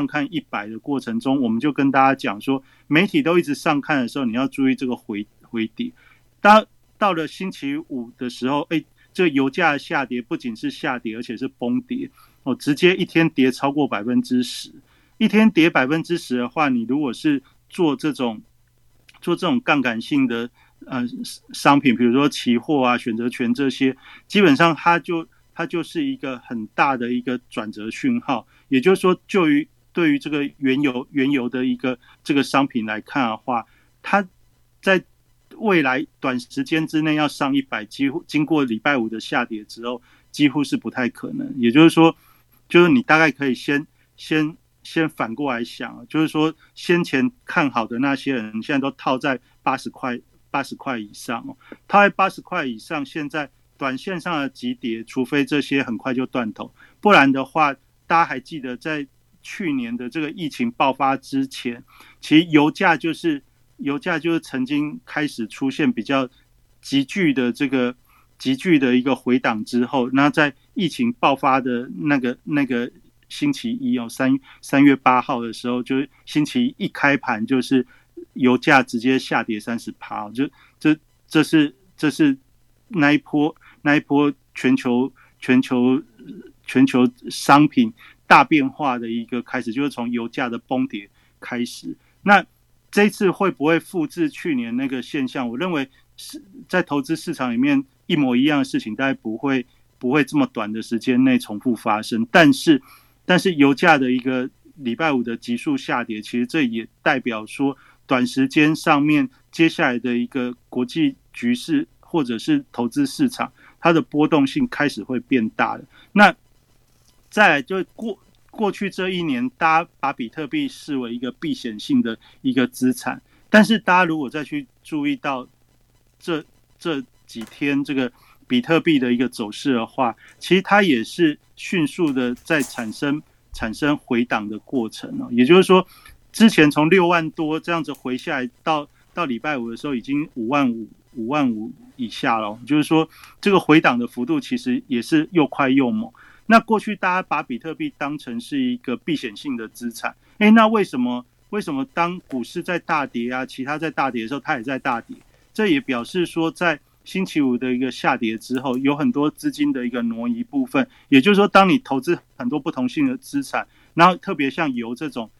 100的过程中，我们就跟大家讲说，媒体都一直上看的时候，你要注意这个回跌。到了星期五的时候，这个油价的下跌不仅是下跌，而且是崩跌直接一天跌超过 10%。一天跌 10% 的话，你如果是做这种杠杆性的商品，比如说期货啊、选择权这些，基本上它就是一个很大的一个转折讯号。也就是说，对于这个原油的一个这个商品来看的话，它在未来短时间之内要上100，几乎经过礼拜五的下跌之后，几乎是不太可能。也就是说，就是你大概可以先反过来想，就是说先前看好的那些人，现在都套在80块以上套在80块以上，现在短线上的急跌，除非这些很快就断头，不然的话，大家还记得在去年的这个疫情爆发之前，其实油价就是曾经开始出现比较急剧的一个回档之后，那在疫情爆发的那个星期一3月8号的时候，就是星期一开盘就是油价直接下跌 30%， 这是那一波全球商品大变化的一个开始，就是从油价的崩跌开始。那这一次会不会复制去年那个现象？我认为是在投资市场里面一模一样的事情，大概不会这么短的时间内重复发生。但是油价的一个礼拜五的急速下跌，其实这也代表说短时间上面接下来的一个国际局势或者是投资市场，它的波动性开始会变大了。那再来就过去这一年，大家把比特币视为一个避险性的一个资产，但是大家如果再去注意到这几天这个比特币的一个走势的话，其实它也是迅速的在产生回档的过程也就是说，之前从6万多这样子回下来，到礼拜五的时候已经5万5以下了，就是说这个回档的幅度其实也是又快又猛。那过去大家把比特币当成是一个避险性的资产，那为什么当股市在大跌啊，其他在大跌的时候，它也在大跌？这也表示说，在星期五的一个下跌之后，有很多资金的一个挪移部分。也就是说，当你投资很多不同性的资产，然后特别像油这种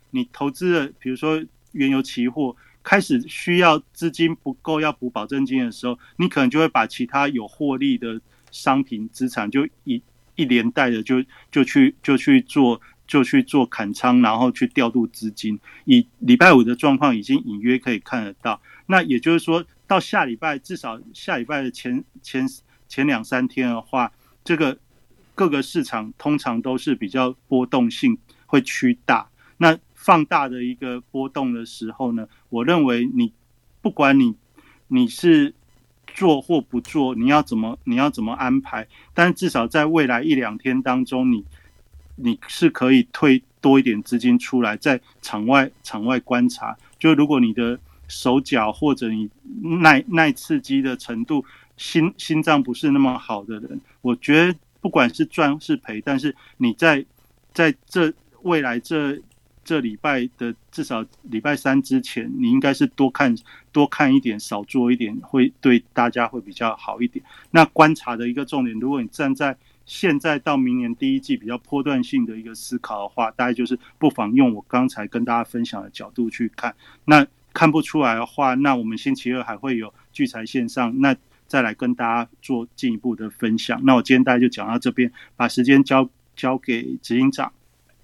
你投资了，比如说原油期货，开始需要资金不够要补保证金的时候，你可能就会把其他有获利的商品资产就一连带的就去做砍仓，然后去调度资金。以礼拜五的状况已经隐约可以看得到。那也就是说，到下礼拜，至少下礼拜的前2-3天的话，这个各个市场通常都是比较波动性会趋大。那放大的一个波动的时候呢，我认为不管你是做或不做，你要怎么安排？但是至少在未来1-2天当中，你是可以退多一点资金出来，在场外观察。就如果你的手脚或者你耐刺激的程度，心脏不是那么好的人，我觉得不管是赚是赔，但是你在这未来这礼拜的至少礼拜3之前，你应该是多看一点，少做一点，会对大家会比较好一点。那观察的一个重点，如果你站在现在到明年第一季比较波段性的一个思考的话，大概就是不妨用我刚才跟大家分享的角度去看。那看不出来的话，那我们星期二还会有聚财线上，那再来跟大家做进一步的分享。那我今天大概就讲到这边，把时间交给执行长。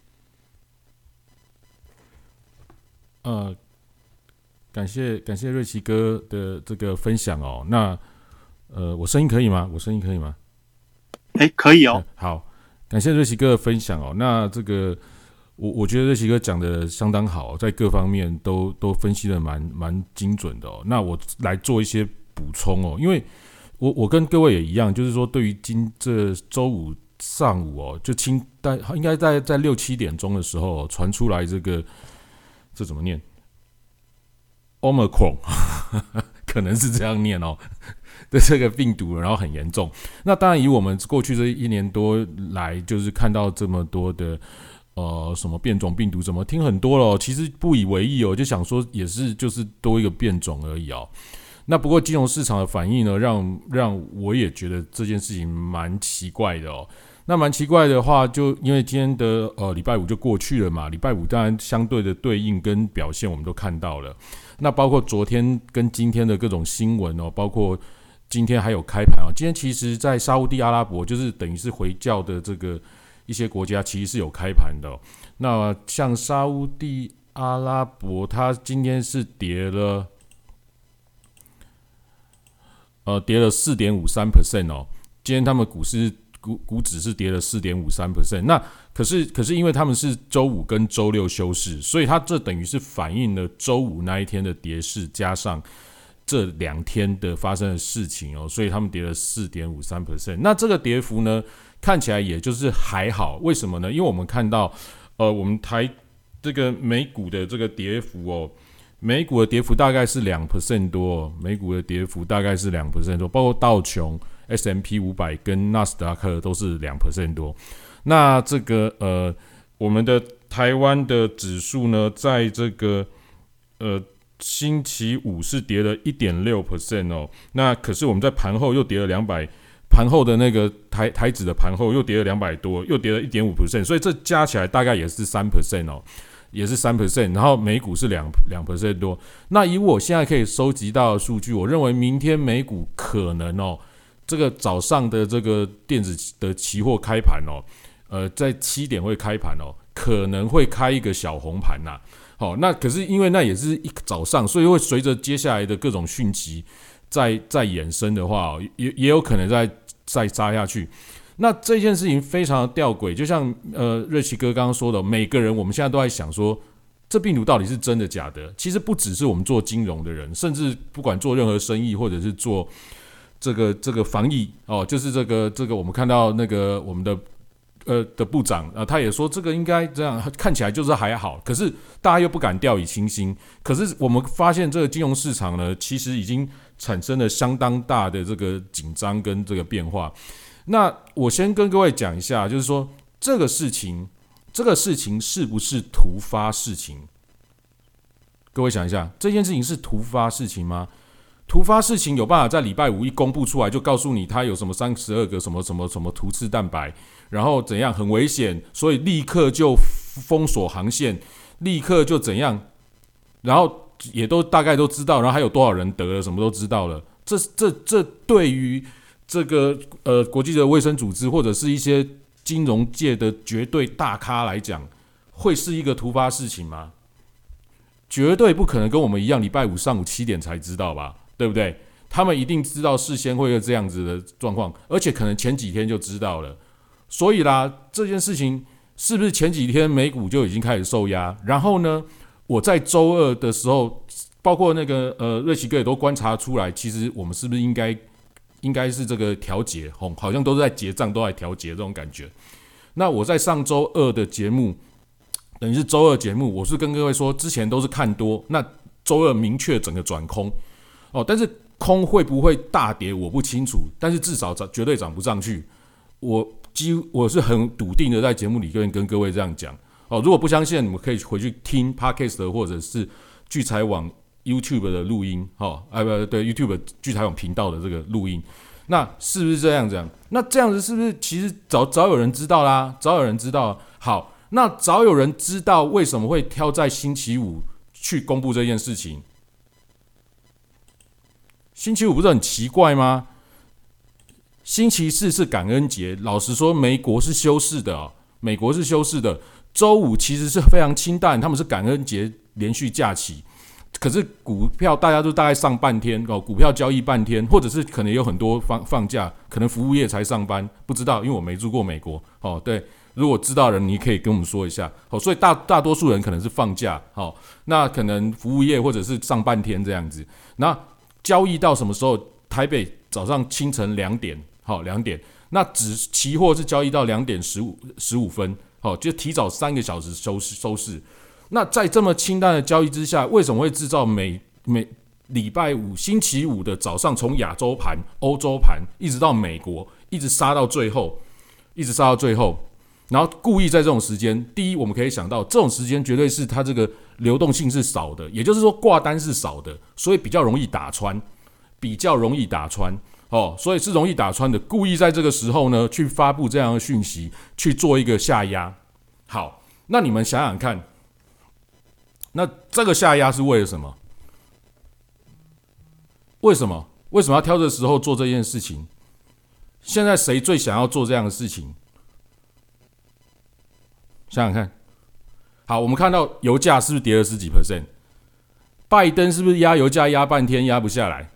感谢瑞奇哥的这个分享哦。那我声音可以吗？ 可以哦。 好，感谢瑞奇哥的分享哦。那这个我觉得瑞奇哥讲的相当好，在各方面都分析的蛮精准的哦。那我来做一些补充哦，因为我跟各位也一样，就是说对于这周五上午哦，就应该在6-7点钟的时候传出来这怎么念 Omicron 可能是这样念哦的这个病毒，然后很严重。那当然以我们过去这1年多来，就是看到这么多的什么变种病毒，怎么听很多了哦，其实不以为意哦，就想说也是就是多一个变种而已哦。那不过金融市场的反应呢，让我也觉得这件事情蛮奇怪的哦。那蛮奇怪的话，就因为今天的礼拜五就过去了嘛，礼拜五当然相对的对应跟表现我们都看到了。那包括昨天跟今天的各种新闻哦，包括今天还有开盘哦。今天其实在沙烏地阿拉伯，就是等于是回教的这个一些国家，其实是有开盘的哦。那像沙烏地阿拉伯，它今天是跌了 4.53% 哦。今天他们股指是跌了 4.53%， 那可是因为他们是周五跟周六休市，所以它这等于是反映了周五那一天的跌势，加上这2天的发生的事情哦，所以他们跌了 4.53%。 那这个跌幅呢，看起来也就是还好，为什么呢？因为我们看到我们这个美股的这个跌幅哦，美股的跌幅大概是 2% 多哦，美股的跌幅大概是 2% 多，包括道琼S&P 500跟纳斯达克都是 2% 多。那这个我们的台湾的指数呢，在这个星期五是跌了 1.6% 哦。那可是我们在盘后又跌了200，盘后的那个台指的盘后又跌了200多，又跌了 1.5%， 所以这加起来大概也是 3% 哦，也是 3%， 然后美股是 2% 多。那以我现在可以收集到的数据，我认为明天美股可能哦，这个早上的这个电子的期货开盘哦，在7点会开盘哦，可能会开一个小红盘呐。好，那可是因为那也是一早上，所以会随着接下来的各种讯息再衍生的话哦，也有可能再杀下去。那这件事情非常的吊诡，就像瑞奇哥刚刚说的，每个人我们现在都在想说，这病毒到底是真的假的？其实不只是我们做金融的人，甚至不管做任何生意或者是做这个防疫哦，就是这个我们看到那个我们的部长他也说这个应该这样，看起来就是还好，可是大家又不敢掉以轻心。可是我们发现这个金融市场呢，其实已经产生了相当大的这个紧张跟这个变化。那我先跟各位讲一下，就是说这个事情是不是突发事情？各位想一下，这件事情是突发事情吗？突发事情有办法在礼拜五一公布出来，就告诉你它有什么32个什么突刺蛋白，然后怎样很危险，所以立刻就封锁航线。 立刻就怎样，然后也都大概都知道，然后还有多少人得了，什么都知道了。这对于这个国际的卫生组织或者是一些金融界的绝对大咖来讲，会是一个突发事情吗？绝对不可能跟我们一样，礼拜五上午7点才知道吧，对不对？他们一定知道事先会有这样子的状况，而且可能前几天就知道了。所以啦，这件事情是不是前几天美股就已经开始受压？然后呢，我在周二的时候，包括那个瑞奇哥也都观察出来，其实我们是不是应该是这个调节，好像都是在结账，都在调节这种感觉。那我在上周二的节目，等于是周二节目，我是跟各位说，之前都是看多，那周二明确整个转空但是空会不会大跌我不清楚，但是至少绝对涨不上去。我是很笃定的在节目里跟各位这样讲如果不相信，你们可以回去听 Podcast 或者是聚财网 YouTube 的录音对 YouTube 聚财网频道的这个录音。那是不是这样子？那这样子是不是其实早有人知道啦？早有人知道。好，那早有人知道为什么会挑在星期五去公布这件事情？星期五不是很奇怪吗？星期四是感恩节，老实说，美国是休市的美国是休市的。周五其实是非常清淡，他们是感恩节连续假期。可是股票大家都大概上半天股票交易半天，或者是可能有很多放假，可能服务业才上班，不知道，因为我没住过美国对，如果知道的人你可以跟我们说一下所以大多数人可能是放假那可能服务业或者是上半天这样子。那交易到什么时候？台北早上清晨2点2点，那期货是交易到2点15分就提早3个小时收市。那在这么清淡的交易之下，为什么会制造每礼拜五星期五的早上从亚洲盘、欧洲盘一直到美国，一直杀到最后，然后故意在这种时间，第一我们可以想到这种时间绝对是它这个流动性是少的，也就是说挂单是少的，所以比较容易打穿所以是容易打穿的，故意在这个时候呢去发布这样的讯息，去做一个下压。好，那你们想想看，那这个下压是为了什么？为什么要挑这时候做这件事情？现在谁最想要做这样的事情？想想看。好，我们看到油价是不是跌了10几%？拜登是不是压油价压半天压不下来？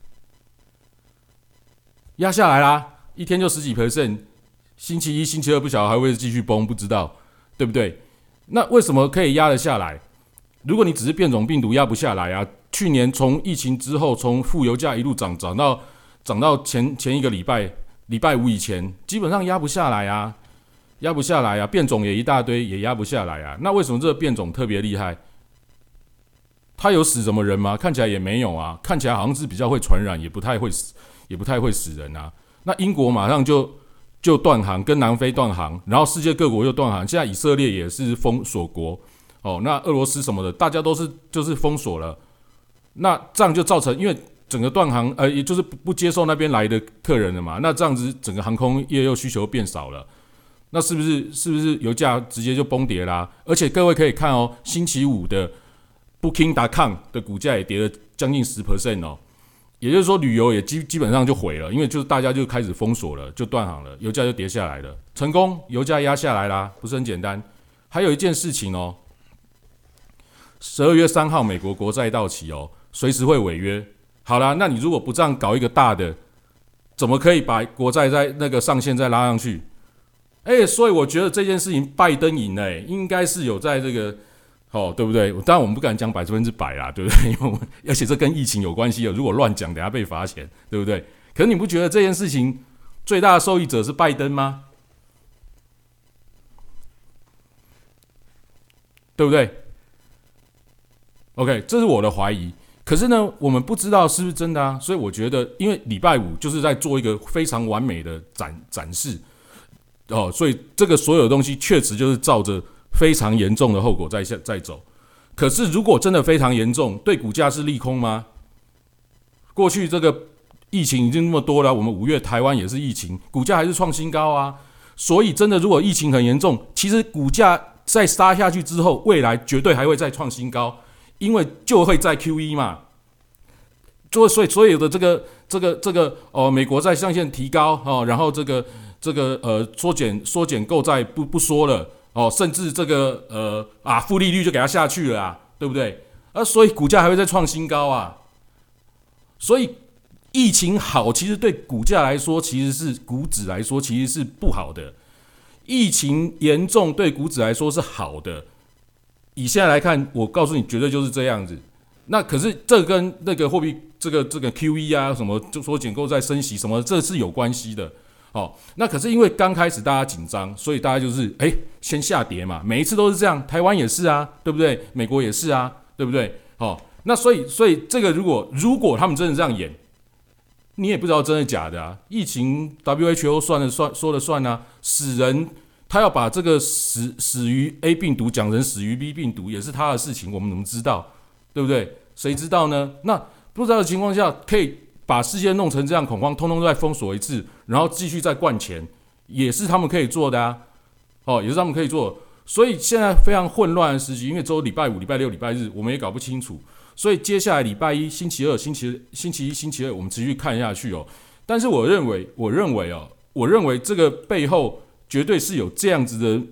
压下来啦，一天就10几%，星期一、星期二不晓得还会继续崩，不知道，对不对？那为什么可以压得下来？如果你只是变种病毒压不下来啊，去年从疫情之后，从负油价一路涨到前一个礼拜五以前，基本上压不下来啊，变种也一大堆，也压不下来啊。那为什么这个变种特别厉害？他有死什么人吗？看起来也没有啊，看起来好像是比较会传染，也不太会死人啊。那英国马上就断航，跟南非断航，然后世界各国又断航，现在以色列也是封锁国那俄罗斯什么的，大家都是就是封锁了。那这样就造成，因为整个断航也就是不接受那边来的客人了嘛，那这样子整个航空业又需求变少了，那是不是油价直接就崩跌啦？而且各位可以看星期五的 Booking.com 的股价也跌了将近10%也就是说旅游也基本上就毁了，因为就是大家就开始封锁了，就断航了，油价就跌下来了，成功油价压下来啦，不是很简单？还有一件事情12月3号美国国债到期随时会违约。好啦，那你如果不这样搞一个大的，怎么可以把国债在那个上限再拉上去？所以我觉得这件事情拜登赢了应该是有在这个对不对？当然我们不敢讲100%啦，对不对？因为而且这跟疫情有关系如果乱讲，等下被罚钱，对不对？可是你不觉得这件事情最大的受益者是拜登吗？对不对 ？OK， 这是我的怀疑。可是呢，我们不知道是不是真的啊，所以我觉得，因为礼拜五就是在做一个非常完美的展示所以这个所有的东西确实就是照着非常严重的后果在走。可是如果真的非常严重，对股价是利空吗？过去这个疫情已经那么多了，我们5月台湾也是疫情，股价还是创新高啊。所以真的如果疫情很严重，其实股价再杀下去之后，未来绝对还会再创新高，因为就会在 QE 嘛。所有的这个美国债上限提高哦，然后这个缩减购债不说了哦，甚至这个负利率就给它下去了啊，对不对？所以股价还会再创新高啊。所以疫情好，其实对股价来说，其实是股指来说其实是不好的。疫情严重对股指来说是好的。以现在来看，我告诉你，绝对就是这样子。那可是这跟那个货币这个 QE 啊什么，就说减购债升息什么，这是有关系的。那可是因为刚开始大家紧张，所以大家就是先下跌嘛，每一次都是这样，台湾也是啊，对不对？美国也是啊，对不对？那所以这个如果他们真的这样演，你也不知道真的假的啊。疫情 WHO 说了算啊，死人他要把这个死于 A 病毒讲成死于 B 病毒，也是他的事情，我们怎么知道？对不对？谁知道呢？那不知道的情况下，可以把世界弄成这样恐慌，通通都再封锁一次，然后继续再灌钱，也是他们可以做的啊。也是他们可以做的。所以现在非常混乱的时期，因为只有礼拜五、礼拜六、礼拜日，我们也搞不清楚。所以接下来礼拜一、星期二、星期一、星期二，我们持续看下去哦。但是我认为这个背后绝对是有这样子的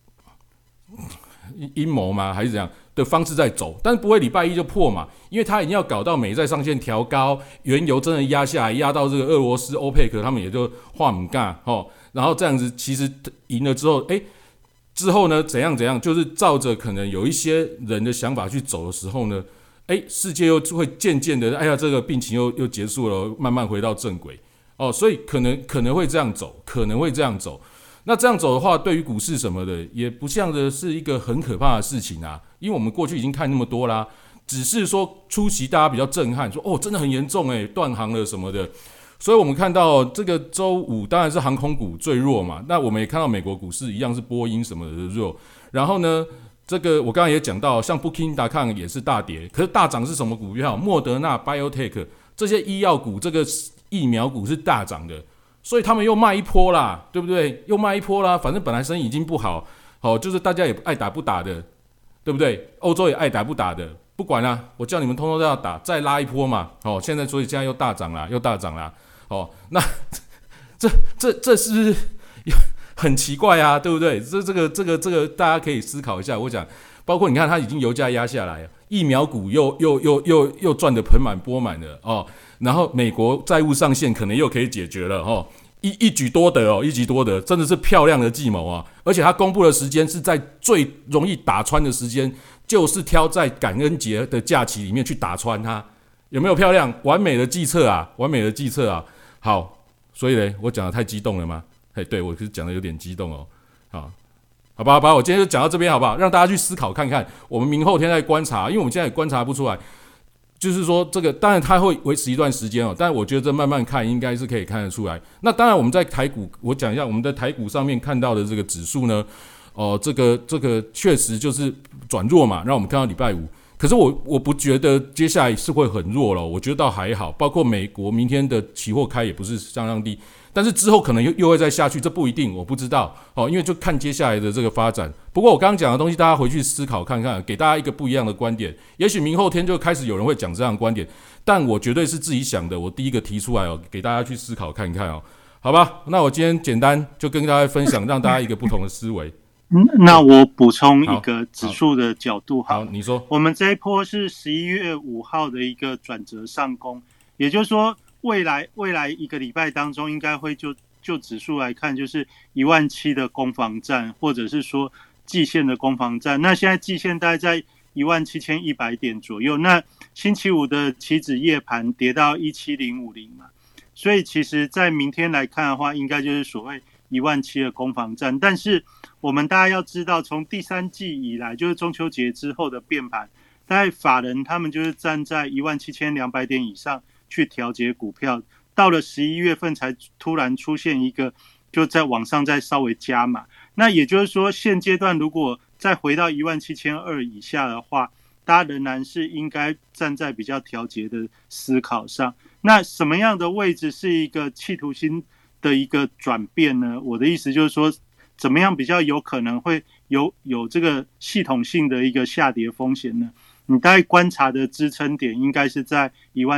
阴谋吗？还是怎样的方式在走？但是不会礼拜一就破嘛，因为他已经要搞到美债上限调高，原油真的压下来，压到这个俄罗斯、欧佩克他们也就话唔干然后这样子其实赢了之后，之后呢怎样，就是照着可能有一些人的想法去走的时候呢，世界又会渐渐的，这个病情又结束了，慢慢回到正轨所以可能会这样走，那这样走的话，对于股市什么的，也不像的是一个很可怕的事情啊。因为我们过去已经看那么多啦，只是说初期大家比较震撼，说真的很严重断航了什么的。所以我们看到这个周五当然是航空股最弱嘛，那我们也看到美国股市一样是波音什么的弱。然后呢，这个我刚刚也讲到，像 Booking.com 也是大跌，可是大涨是什么股票？莫德纳、BioNTech 这些医药股，这个疫苗股是大涨的。所以他们又卖一波啦，对不对？又卖一波啦，反正本来生意已经不好，就是大家也爱打不打的，对不对？欧洲也爱打不打的，不管啦，我叫你们通通都要打，再拉一波嘛，所以现在又大涨啦，那这是不是很奇怪啊？对不对？这个大家可以思考一下。我讲，包括你看，它已经油价压下来了，疫苗股又赚得盆满钵满了然后美国债务上限可能又可以解决了一举多得一举多得，真的是漂亮的计谋啊！而且他公布的时间是在最容易打穿的时间，就是挑在感恩节的假期里面去打穿它，有没有漂亮？完美的计策啊！好，所以呢，我讲的太激动了吗？对，我是讲的有点激动好吧，我今天就讲到这边好不好？让大家去思考看看，我们明后天再观察，因为我们现在也观察不出来。就是说，这个当然它会维持一段时间但我觉得这慢慢看应该是可以看得出来。那当然我们在台股，我讲一下我们的台股上面看到的这个指数呢，这个确实就是转弱嘛，让我们看到礼拜五。可是我不觉得接下来是会很弱了，我觉得倒还好。包括美国明天的期货开也不是相当低，但是之后可能又会再下去，这不一定，我不知道因为就看接下来的这个发展。不过我刚刚讲的东西，大家回去思考看看，给大家一个不一样的观点。也许明后天就开始有人会讲这样的观点，但我绝对是自己想的，我第一个提出来给大家去思考看看好吧？那我今天简单就跟大家分享，让大家一个不同的思维。 那我补充一个指数的角度好，你说。 我们这一波是11月5号的一个转折上攻，也就是说未来一个礼拜当中应该会就指数来看，就是17000的攻防战，或者是说季线的攻防战。那现在季线大概在17100点左右，那星期五的期指夜盘跌到17050嘛，所以其实在明天来看的话，应该就是所谓17000的攻防战。但是我们大家要知道，从第三季以来，就是中秋节之后的变盘，大概法人他们就是站在17200点以上去调节股票，到了11月份才突然出现一个就在往上再稍微加码。那也就是说，现阶段如果再回到17200以下的话，大家仍然是应该站在比较调节的思考上。那什么样的位置是一个企图心的一个转变呢？我的意思就是说， 怎么样比较有可能会有这个系统性的一个下跌风险呢？你大概观察的支撑点应该是在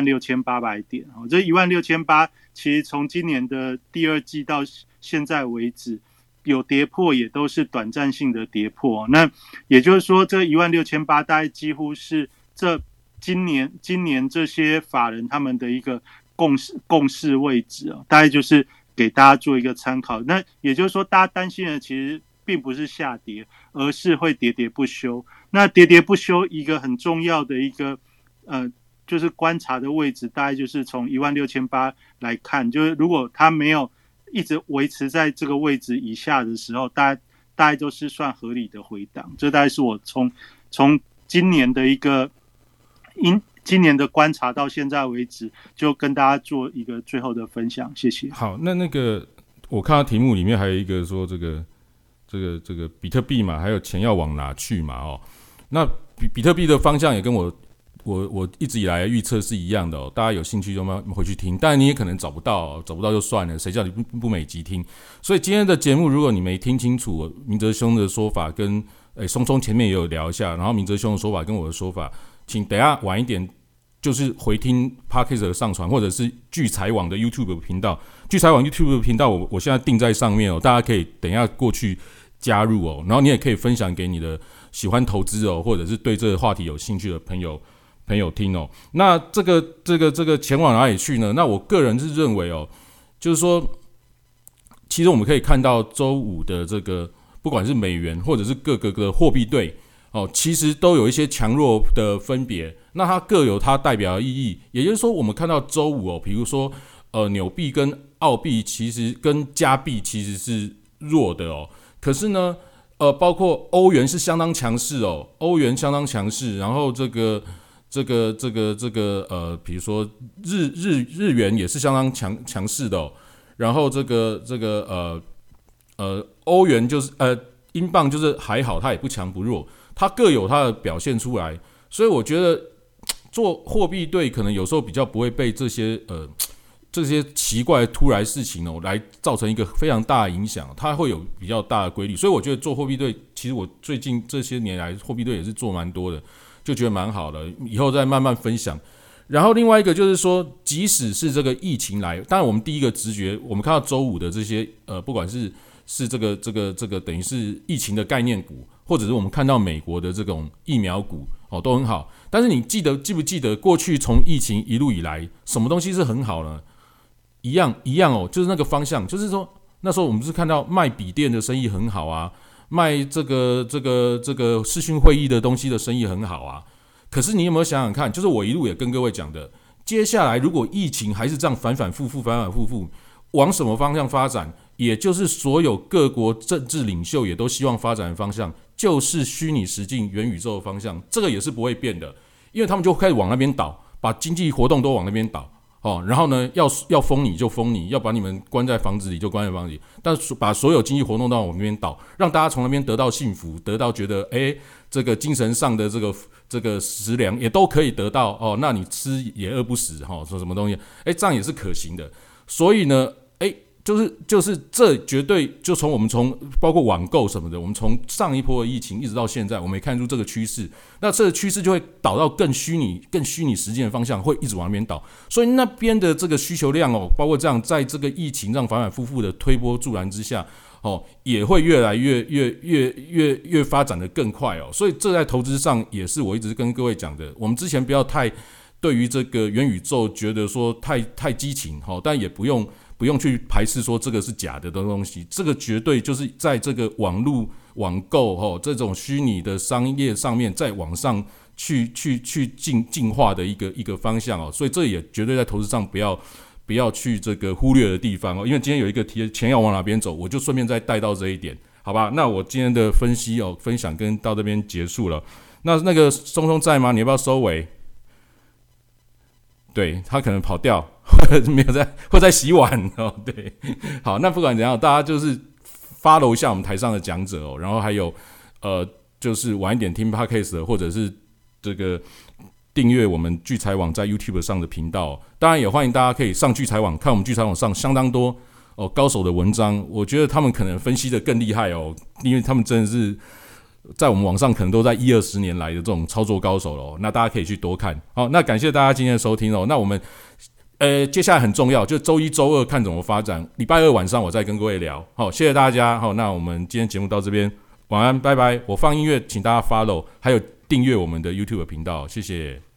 16800点，这16800其实从今年的第二季到现在为止，有跌破也都是短暂性的跌破。那也就是说，这16800大概几乎是今年这些法人他们的一个共识位置，大概就是给大家做一个参考。那也就是说，大家担心的其实并不是下跌，而是会喋喋不休。那喋喋不休一个很重要的一个就是观察的位置，大概就是从16800来看，就是如果它没有一直维持在这个位置以下的时候，大概都是算合理的回档。这大概是我从今年的一个今年的观察到现在为止，就跟大家做一个最后的分享。谢谢。 好，那个我看到题目里面还有一个说这个比特币嘛，还有钱要往哪去嘛那比特币的方向也跟我一直以来的预测是一样的大家有兴趣就慢慢回去听，但你也可能找不到就算了，谁叫你不每集听？所以今天的节目如果你没听清楚明哲兄的说法跟松松前面也有聊一下，然后明哲兄的说法跟我的说法，请等一下晚一点就是回听 Podcast 的上传，或者是聚财网的 YouTube 频道。聚财网 YouTube 频道我现在定在上面大家可以等一下过去加入然后你也可以分享给你的喜欢投资或者是对这个话题有兴趣的朋友听那这个钱往哪里去呢？那我个人是认为就是说，其实我们可以看到周五的这个不管是美元或者是各个的货币对其实都有一些强弱的分别，那它各有它代表的意义。也就是说，我们看到周五比如说纽币跟澳币其实跟加币其实是弱的可是呢包括欧元是相当强势欧元相当强势，然后这个比如说日元也是相当强势的然后欧元就是英镑就是还好，它也不强不弱，它各有它的表现出来，所以我觉得做货币对可能有时候比较不会被这些奇怪的突然事情来造成一个非常大的影响，它会有比较大的规律，所以我觉得做货币对，其实我最近这些年来货币对也是做蛮多的，就觉得蛮好的，以后再慢慢分享。然后另外一个就是说，即使是这个疫情来，当然我们第一个直觉，我们看到周五的这些不管是这个等于是疫情的概念股，或者是我们看到美国的这种疫苗股都很好。但是你记不记得过去从疫情一路以来，什么东西是很好呢？一样就是那个方向，就是说那时候我们是看到卖笔电的生意很好啊，卖这个视讯会议的东西的生意很好啊。可是你有没有想想看，就是我一路也跟各位讲的，接下来如果疫情还是这样反反复复往什么方向发展，也就是所有各国政治领袖也都希望发展的方向，就是虚拟实境元宇宙的方向，这个也是不会变的，因为他们就开始往那边倒，把经济活动都往那边倒然后呢，要封你就封你，要把你们关在房子里就关在房子里，但把所有经济活动都往那边倒，让大家从那边得到幸福，得到觉得这个精神上的这个食粮也都可以得到那你吃也饿不死说什么东西这样也是可行的。所以呢就是这绝对就从我们包括网购什么的，我们从上一波的疫情一直到现在，我们也看出这个趋势，那这个趋势就会导到更虚拟实践的方向，会一直往那边导，所以那边的这个需求量包括这样在这个疫情这样反反复复的推波助澜之下也会越来越发展的更快所以这在投资上也是我一直跟各位讲的，我们之前不要太对于这个元宇宙觉得说太激情但也不用去排斥说这个是假的东西，这个绝对就是在这个网络网购这种虚拟的商业上面，在往上去进化的一个方向所以这也绝对在投资上不要去这个忽略的地方因为今天有一个题钱要往哪边走，我就顺便再带到这一点，好吧？那我今天的分析分享跟到这边结束了。那个松松在吗？你要不要收尾？对，他可能跑掉，没有或在洗碗对，好，那不管怎样，大家就是follow一下我们台上的讲者然后还有就是晚一点听 Podcast 或者是这个订阅我们聚财网在 YouTube 上的频道当然也欢迎大家可以上聚财网看我们聚财网上相当多高手的文章，我觉得他们可能分析的更厉害哦，因为他们真的是在我们网上可能都在10-20年来的这种操作高手了哦。那大家可以去多看。好，那感谢大家今天的收听哦。那我们接下来很重要，就周一周二看怎么发展，礼拜二晚上我再跟各位聊。好，谢谢大家。好，那我们今天节目到这边，晚安，拜拜。我放音乐，请大家 follow， 还有订阅我们的 YouTube 频道，谢谢。